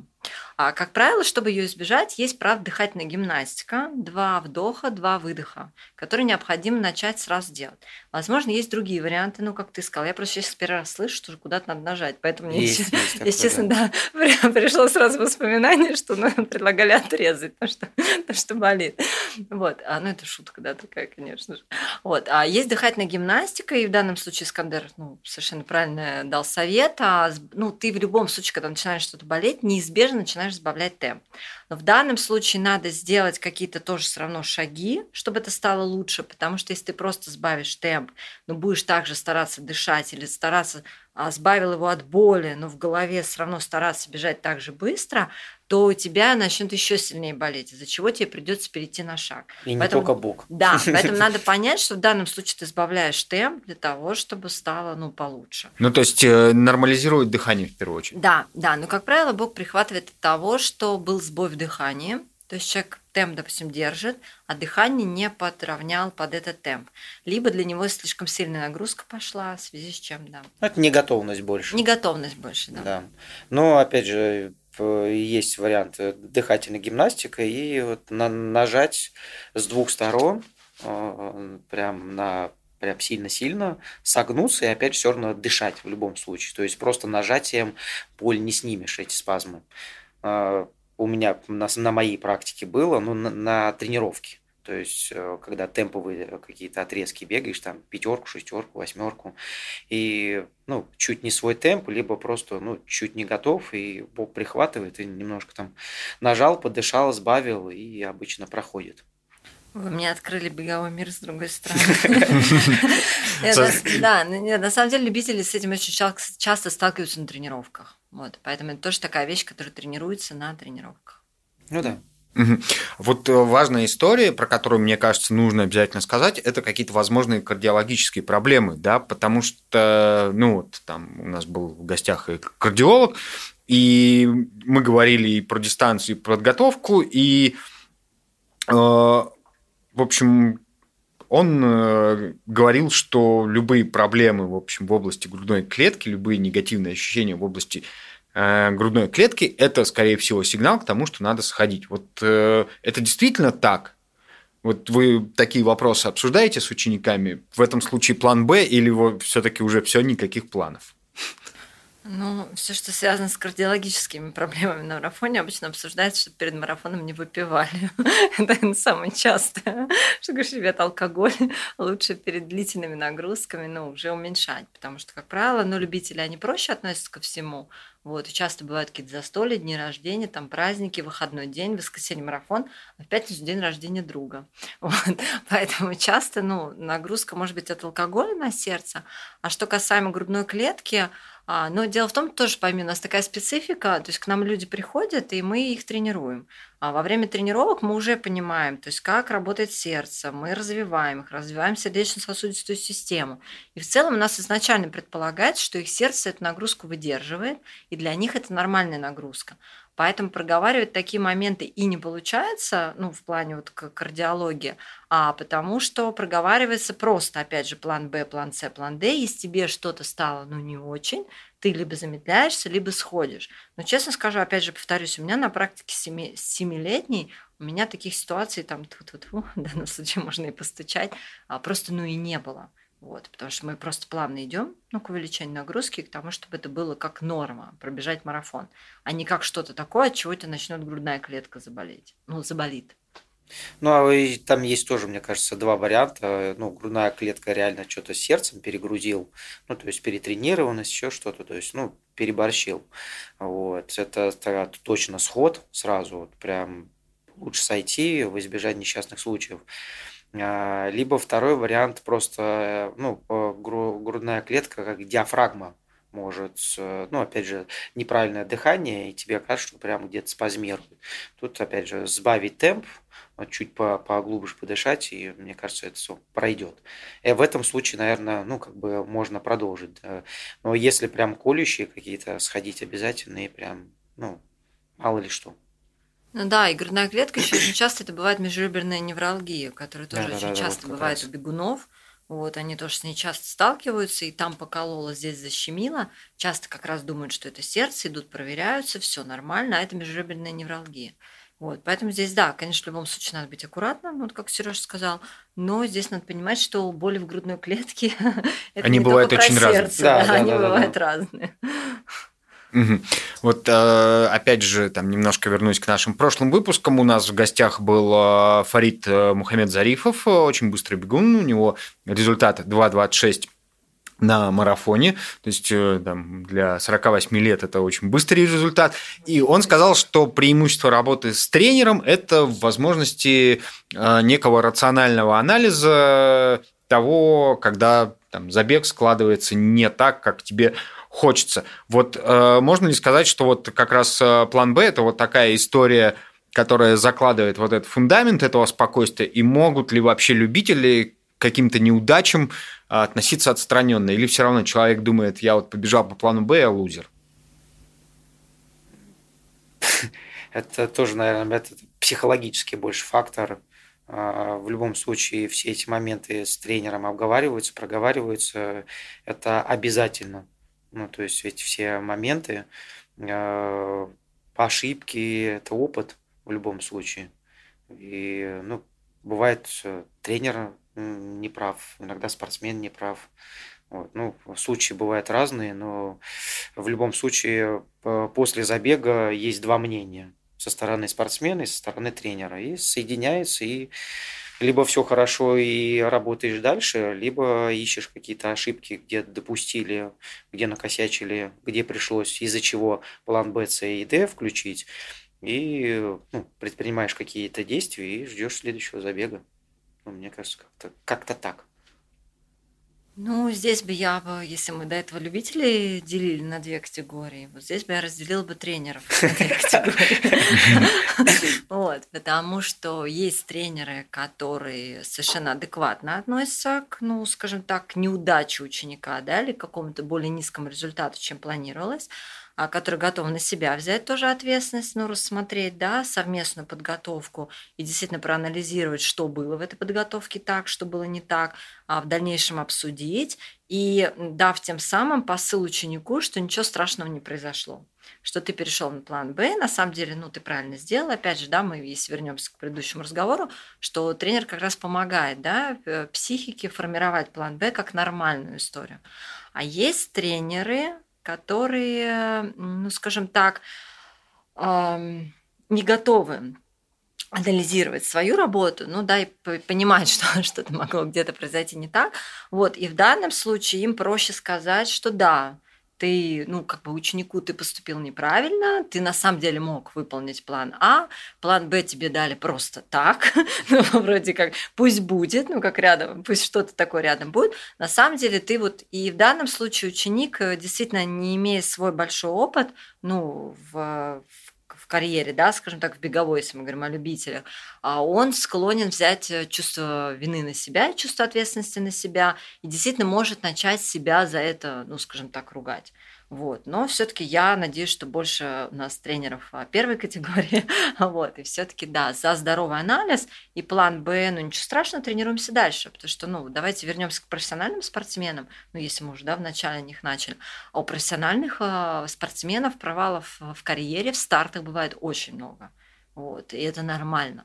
А, как правило, чтобы ее избежать, есть, правда, дыхательная гимнастика, два вдоха, два выдоха, которые необходимо начать сразу делать. Возможно, есть другие варианты, ну, как ты сказал. Я просто сейчас первый раз слышу, что куда-то надо нажать, поэтому мне, Есть, если есть такое, честно, да. да, пришло сразу воспоминание, что ну, предлагали отрезать то, что, то, что болит. Вот. А, ну, это шутка, да, такая, конечно же. Вот. А есть дыхательная гимнастика, и в данном случае Искандер ну, совершенно правильно дал совет. А, ну, ты в любом случае, когда начинаешь что-то болеть, неизбежно начинаешь сбавлять темп. Но в данном случае надо сделать какие-то тоже все равно шаги, чтобы это стало лучше, потому что если ты просто сбавишь темп, но будешь также стараться дышать или стараться а, сбавил его от боли, но в голове все равно стараться бежать так же быстро, то у тебя начнет еще сильнее болеть, из-за чего тебе придется перейти на шаг. И поэтому, не только бок. Да, поэтому надо понять, что в данном случае ты сбавляешь темп для того, чтобы стало ну, получше. Ну, то есть э, нормализировать дыхание в первую очередь. Да, да, но, как правило, бок прихватывает от того, что был сбой в дыхании, то есть человек темп, допустим, держит, а дыхание не подровнял под этот темп. Либо для него слишком сильная нагрузка пошла, в связи с чем, да. Это неготовность больше. Неготовность больше, да. Да. Но, опять же, есть вариант дыхательной гимнастики и вот на, нажать с двух сторон э, прям на прям сильно-сильно согнуться и опять все равно дышать в любом случае. То есть просто нажатием боль не снимешь, эти спазмы. Э, у меня на, на моей практике было, ну, на, на тренировке. То есть, когда темповые какие-то отрезки бегаешь, там пятерку, шестерку, восьмерку, и ну, чуть не свой темп, либо просто ну, чуть не готов, и бок прихватывает, и немножко там нажал, подышал, сбавил, и обычно проходит. Вы мне открыли беговой мир с другой стороны. Да, на самом деле любители с этим очень часто сталкиваются на тренировках. Поэтому это тоже такая вещь, которая тренируется на тренировках. Ну да. Вот важная история, про которую, мне кажется, нужно обязательно сказать, это какие-то возможные кардиологические проблемы, да, потому что, ну, вот там у нас был в гостях и кардиолог, и мы говорили и про дистанцию, и про подготовку, и, э, в общем, он э, говорил, что любые проблемы, в общем, в области грудной клетки, любые негативные ощущения в области грудной клетки, это, скорее всего, сигнал к тому, что надо сходить. Вот э, это действительно так? Вот вы такие вопросы обсуждаете с учениками? В этом случае план Б или все-таки уже все, никаких планов? Ну, все, что связано с кардиологическими проблемами на марафоне, обычно обсуждается, что перед марафоном не выпивали. Это самое частое. Что говоришь, ребят, алкоголь лучше перед длительными нагрузками, ну, уже уменьшать, потому что, как правило, ну, любители, они проще относятся ко всему. Вот, и часто бывают какие-то застолья, дни рождения, там праздники, выходной день, в воскресенье марафон, а в пятницу день рождения друга. Вот. Поэтому часто ну, нагрузка может быть от алкоголя на сердце. А что касаемо грудной клетки, а, но дело в том, тоже пойми, у нас такая специфика, то есть к нам люди приходят, и мы их тренируем. А во время тренировок мы уже понимаем, то есть как работает сердце, мы развиваем их, развиваем сердечно-сосудистую систему. И в целом у нас изначально предполагается, что их сердце эту нагрузку выдерживает, и для них это нормальная нагрузка. Поэтому проговаривать такие моменты и не получается, ну, в плане вот кардиологии, а потому что проговаривается просто, опять же, план Б, план С, план Д, если тебе что-то стало, ну, не очень, ты либо замедляешься, либо сходишь. Но, честно скажу, опять же, повторюсь, у меня на практике семи, семилетней у меня таких ситуаций, там, тьфу-тьфу-тьфу, в данном случае можно и постучать, а просто, ну, и не было. Вот, потому что мы просто плавно идем ну, к увеличению нагрузки, к тому, чтобы это было как норма, пробежать марафон, а не как что-то такое, от чего-то начнет грудная клетка заболеть. Ну, заболит. Ну, а и там есть тоже, мне кажется, два варианта. Ну, грудная клетка реально что-то с сердцем перегрузил, ну, то есть перетренированность, еще что-то, то есть, ну, переборщил. Вот, это точно сход сразу, вот прям лучше сойти в избежание несчастных случаев. Либо второй вариант просто, ну, грудная клетка как диафрагма может, ну, опять же, неправильное дыхание, и тебе кажется, что прям где-то спазмирует. Тут, опять же, сбавить темп, чуть поглубже подышать, и, мне кажется, это все пройдет. И в этом случае, наверное, ну, как бы можно продолжить. Но если прям колющие какие-то, сходить обязательно, и прям, ну, мало ли что. Ну да, и грудная клетка еще очень часто это бывает межреберная невралгия, которая тоже Да, очень да, да, часто вот бывает раз. у бегунов. Вот, они тоже с ней часто сталкиваются, и там покололо, здесь защемило. Часто как раз думают, что это сердце, идут, проверяются, все нормально, а это межреберная невралгия. Вот, поэтому здесь, да, конечно, в любом случае надо быть аккуратным, вот как Сережа сказал, но здесь надо понимать, что боли в грудной клетке это Они не бывают только про очень разные. сердце, Да, да, да, они да, да, бывают да. разные. Мгм. Вот э, опять же, там немножко вернусь к нашим прошлым выпускам. У нас в гостях был э, Фарид э, Мухаммедзарифов, э, очень быстрый бегун. У него результат два двадцать шесть на марафоне, то есть э, там, для сорока восьми лет это очень быстрый результат. И он сказал, что преимущество работы с тренером – это в возможности э, некого рационального анализа того, когда там, забег складывается не так, как тебе хочется. Вот э, можно ли сказать, что вот как раз э, план Б – это вот такая история, которая закладывает вот этот фундамент этого спокойствия, и могут ли вообще любители к каким-то неудачам относиться отстраненно? Или все равно человек думает, я вот побежал по плану Б, я лузер? Это тоже, наверное, это психологический больше фактор. В любом случае все эти моменты с тренером обговариваются, проговариваются. Это обязательно. Ну, то есть эти все моменты, ошибки, это опыт в любом случае. И, ну, бывает, тренер не прав, иногда спортсмен не прав. Вот. Ну, случаи бывают разные, но в любом случае после забега есть два мнения со стороны спортсмена и со стороны тренера. И соединяется, и либо все хорошо и работаешь дальше, либо ищешь какие-то ошибки, где допустили, где накосячили, где пришлось, из-за чего план Б, С и Д включить, и ну, предпринимаешь какие-то действия и ждешь следующего забега. Ну, мне кажется, как-то, как-то так. Ну, здесь бы я бы, если мы до этого любителей делили на две категории, вот здесь бы я разделила бы тренеров на две категории. Вот, потому что есть тренеры, которые совершенно адекватно относятся к, ну, скажем так, к неудаче ученика, да, или к какому-то более низкому результату, чем планировалось, а которые готовы на себя взять тоже ответственность, ну, рассмотреть, да, совместную подготовку и действительно проанализировать, что было в этой подготовке так, что было не так, а в дальнейшем обсудить и дав тем самым посыл ученику, что ничего страшного не произошло, что ты перешел на план Б, на самом деле, ну, ты правильно сделал, опять же, да, мы, если вернемся к предыдущему разговору, что тренер как раз помогает, да, психике формировать план Б как нормальную историю. А есть тренеры, которые, ну, скажем так, не готовы анализировать свою работу, ну да, и понимать, что что-то могло где-то произойти не так. Вот, и в данном случае им проще сказать, что да, ты, ну, как бы ученику ты поступил неправильно, ты на самом деле мог выполнить план А, план Б тебе дали просто так, ну, вроде как, пусть будет, ну, как рядом, пусть что-то такое рядом будет. На самом деле ты вот, и в данном случае ученик, действительно, не имея свой большой опыт, ну, в, в карьере, да, скажем так, в беговой, если мы говорим о любителях, а он склонен взять чувство вины на себя, чувство ответственности на себя, и действительно может начать себя за это, ну, скажем так, ругать. Вот. Но все-таки я надеюсь, что больше у нас тренеров первой категории. Вот. И все-таки, да, за здоровый анализ и план Б, ну ничего страшного, тренируемся дальше. Потому что, ну, давайте вернемся к профессиональным спортсменам, ну, если мы уже, да, в начале о них начали. А у профессиональных э, спортсменов провалов в карьере, в стартах бывает очень много. Вот. И это нормально.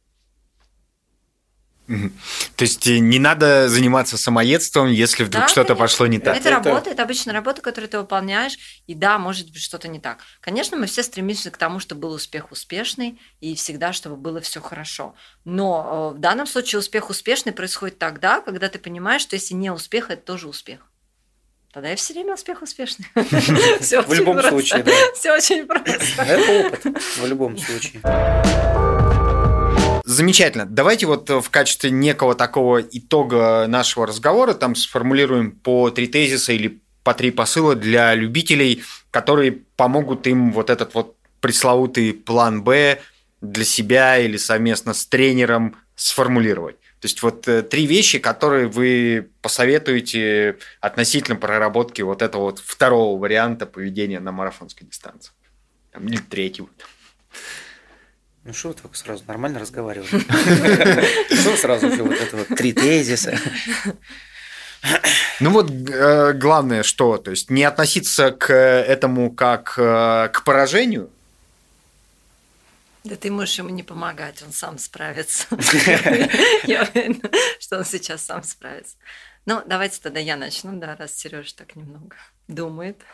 То есть не надо заниматься самоедством, если вдруг да, что-то конечно. Пошло не так. Это, это работа, это обычная работа, которую ты выполняешь, и да, может быть что-то не так. Конечно, мы все стремимся к тому, чтобы был успех успешный, и всегда, чтобы было все хорошо. Но в данном случае успех успешный происходит тогда, когда ты понимаешь, что если не успех, это тоже успех. Тогда и все время успех успешный. В любом случае, да. Все очень просто. Это опыт в любом случае. Замечательно. Давайте вот в качестве некого такого итога нашего разговора там сформулируем по три тезиса или по три посыла для любителей, которые помогут им вот этот вот пресловутый план Б для себя или совместно с тренером сформулировать. То есть вот три вещи, которые вы посоветуете относительно проработки вот этого вот второго варианта поведения на марафонской дистанции. Или третьего. Ну что вы так сразу нормально разговаривали? Что сразу же вот это вот три тезиса? Ну вот э, главное, что, то есть не относиться к этому как э, к поражению. Да ты можешь ему не помогать, он сам справится. Я уверена, что он сейчас сам справится. Ну, давайте тогда я начну, да, раз Сережа так немного думает.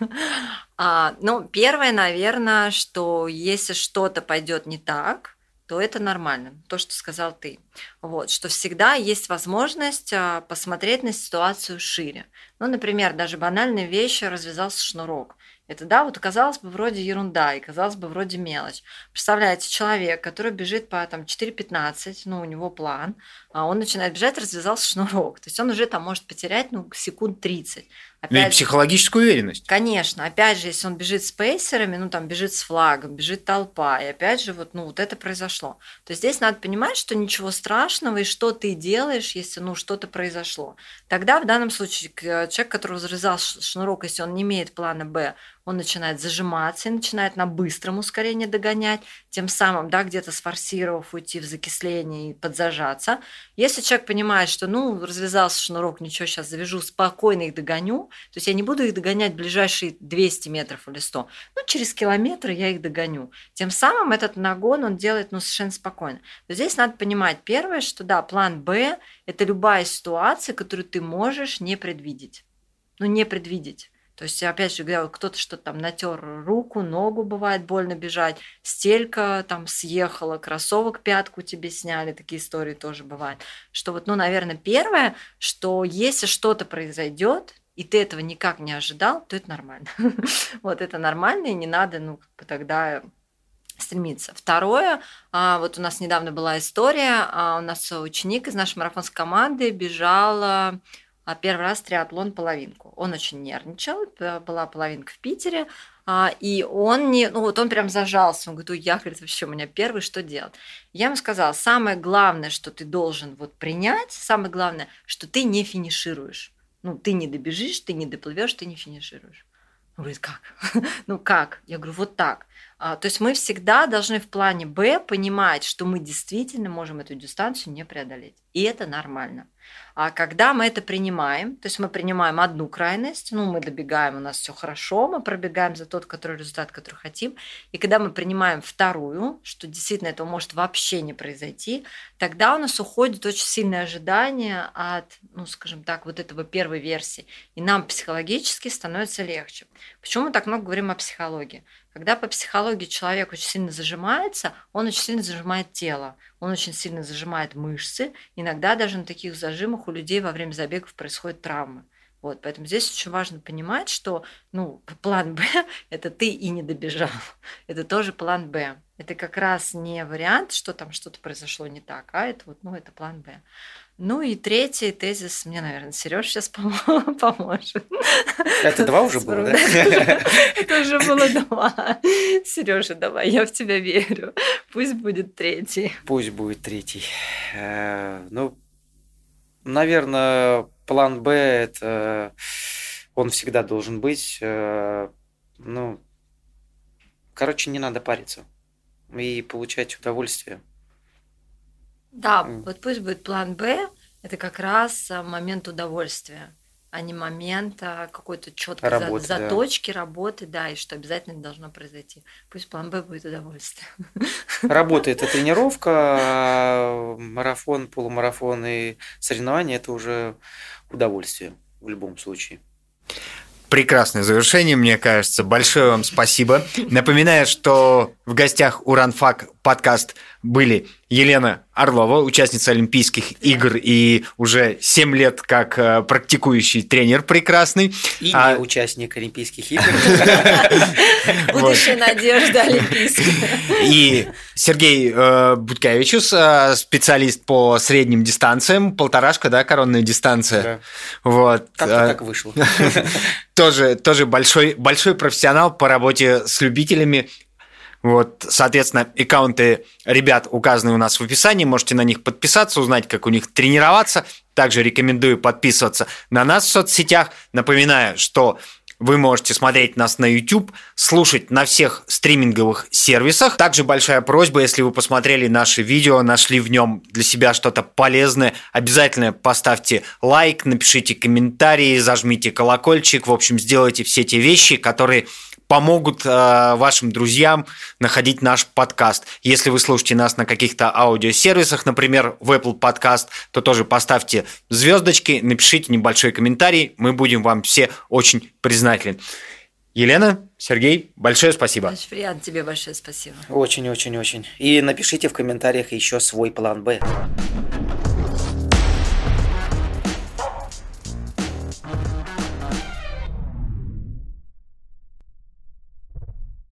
А, ну, первое, наверное, что если что-то пойдет не так, то это нормально, то, что сказал ты. Вот, что всегда есть возможность а, посмотреть на ситуацию шире. Ну, например, даже банальные вещи, развязался шнурок. Это, да, вот казалось бы, вроде ерунда, и казалось бы, вроде мелочь. Представляете, человек, который бежит по там, четыре пятнадцать, ну, у него план, а он начинает бежать, развязался шнурок. То есть он уже там может потерять, ну, секунд тридцать. Опять ну и психологическую уверенность. Конечно. Опять же, если он бежит с пейсерами, ну, там, бежит с флагом, бежит толпа, и опять же, вот, ну, вот это произошло. То есть здесь надо понимать, что ничего страшного, и что ты делаешь, если, ну, что-то произошло. Тогда в данном случае человек, который развязал шнурок, если он не имеет плана «Б», он начинает зажиматься и начинает на быстром ускорении догонять, тем самым, да, где-то сфорсировав уйти в закисление и подзажаться. Если человек понимает, что, ну, развязался шнурок, ничего, сейчас завяжу, спокойно их догоню, то есть я не буду их догонять ближайшие двести метров или сто, ну, через километр я их догоню. Тем самым этот нагон он делает, ну, совершенно спокойно. То здесь надо понимать, первое, что, да, план «Б» – это любая ситуация, которую ты можешь не предвидеть. Ну, не предвидеть. То есть, опять же, говоря, кто-то что-то там натер руку, ногу, бывает больно бежать, стелька там съехала, кроссовок пятку тебе сняли, такие истории тоже бывают. Что вот, ну, наверное, первое, что если что-то произойдет, и ты этого никак не ожидал, то это нормально. Вот это нормально, и не надо, ну, как бы тогда стремиться. Второе, вот у нас недавно была история, у нас ученик из нашей марафонской команды бежал первый раз триатлон половинку. Он очень нервничал, была половинка в Питере, и он не, ну вот он прям зажался, он говорит, ой, я, говорит, вообще у меня первый, что делать? Я ему сказала, самое главное, что ты должен вот принять, самое главное, что ты не финишируешь. Ну, ты не добежишь, ты не доплывешь, ты не финишируешь. Он говорит, как? Ну, как? Я говорю, вот так. А, то есть мы всегда должны в плане «Б» понимать, что мы действительно можем эту дистанцию не преодолеть. И это нормально. А когда мы это принимаем, то есть мы принимаем одну крайность, ну, мы добегаем, у нас все хорошо, мы пробегаем за тот который результат, который хотим, и когда мы принимаем вторую, что действительно этого может вообще не произойти, тогда у нас уходит очень сильное ожидание от, ну, скажем так, вот этого первой версии, и нам психологически становится легче. Почему мы так много говорим о психологии? Когда по психологии человек очень сильно зажимается, он очень сильно зажимает тело, он очень сильно зажимает мышцы. Иногда даже на таких зажимах у людей во время забегов происходят травмы. Вот, поэтому здесь очень важно понимать, что ну, план «Б» – это ты и не добежал. Это тоже план «Б». Это как раз не вариант, что там что-то произошло не так, а это, вот, ну, это план «Б». Ну и третий тезис, мне, наверное, Серёж сейчас поможет. Это два уже было, да? Это уже было два. Серёжа, давай, я в тебя верю. Пусть будет третий. Пусть будет третий. Ну, наверное, план «Б» – это он всегда должен быть. Ну, короче, не надо париться и получать удовольствие. Да, вот пусть будет план «Б», это как раз момент удовольствия, а не момент какой-то четкой работы, заточки, да. работы, да, и что обязательно должно произойти. Пусть план «Б» будет удовольствие. Работа – это тренировка, а марафон, полумарафон и соревнования – это уже удовольствие в любом случае. Прекрасное завершение, мне кажется. Большое вам спасибо. Напоминаю, что в гостях у Runfuck подкаст были Елена Орлова, участница Олимпийских игр и уже семь лет как практикующий тренер прекрасный. И а... не участник Олимпийских игр. Будущая надежда олимпийская. И Сергей Буткевичус, специалист по средним дистанциям, полторашка, да, коронная дистанция. Вот. Как-то так вышло. Тоже, тоже большой, большой профессионал по работе с любителями. Вот, соответственно, аккаунты ребят указаны у нас в описании, можете на них подписаться, узнать, как у них тренироваться. Также рекомендую подписываться на нас в соцсетях. Напоминаю, что Вы можете смотреть нас на YouTube, слушать на всех стриминговых сервисах. Также большая просьба, если вы посмотрели наше видео, нашли в нем для себя что-то полезное, обязательно поставьте лайк, напишите комментарии, зажмите колокольчик. В общем, сделайте все те вещи, которые помогут э, вашим друзьям находить наш подкаст. Если вы слушаете нас на каких-то аудиосервисах, например, в Apple Podcast, то тоже поставьте звездочки, напишите небольшой комментарий. Мы будем вам все очень признательны. Елена, Сергей, большое спасибо. Очень приятно, тебе большое спасибо. Очень-очень-очень. И напишите в комментариях еще свой план Б.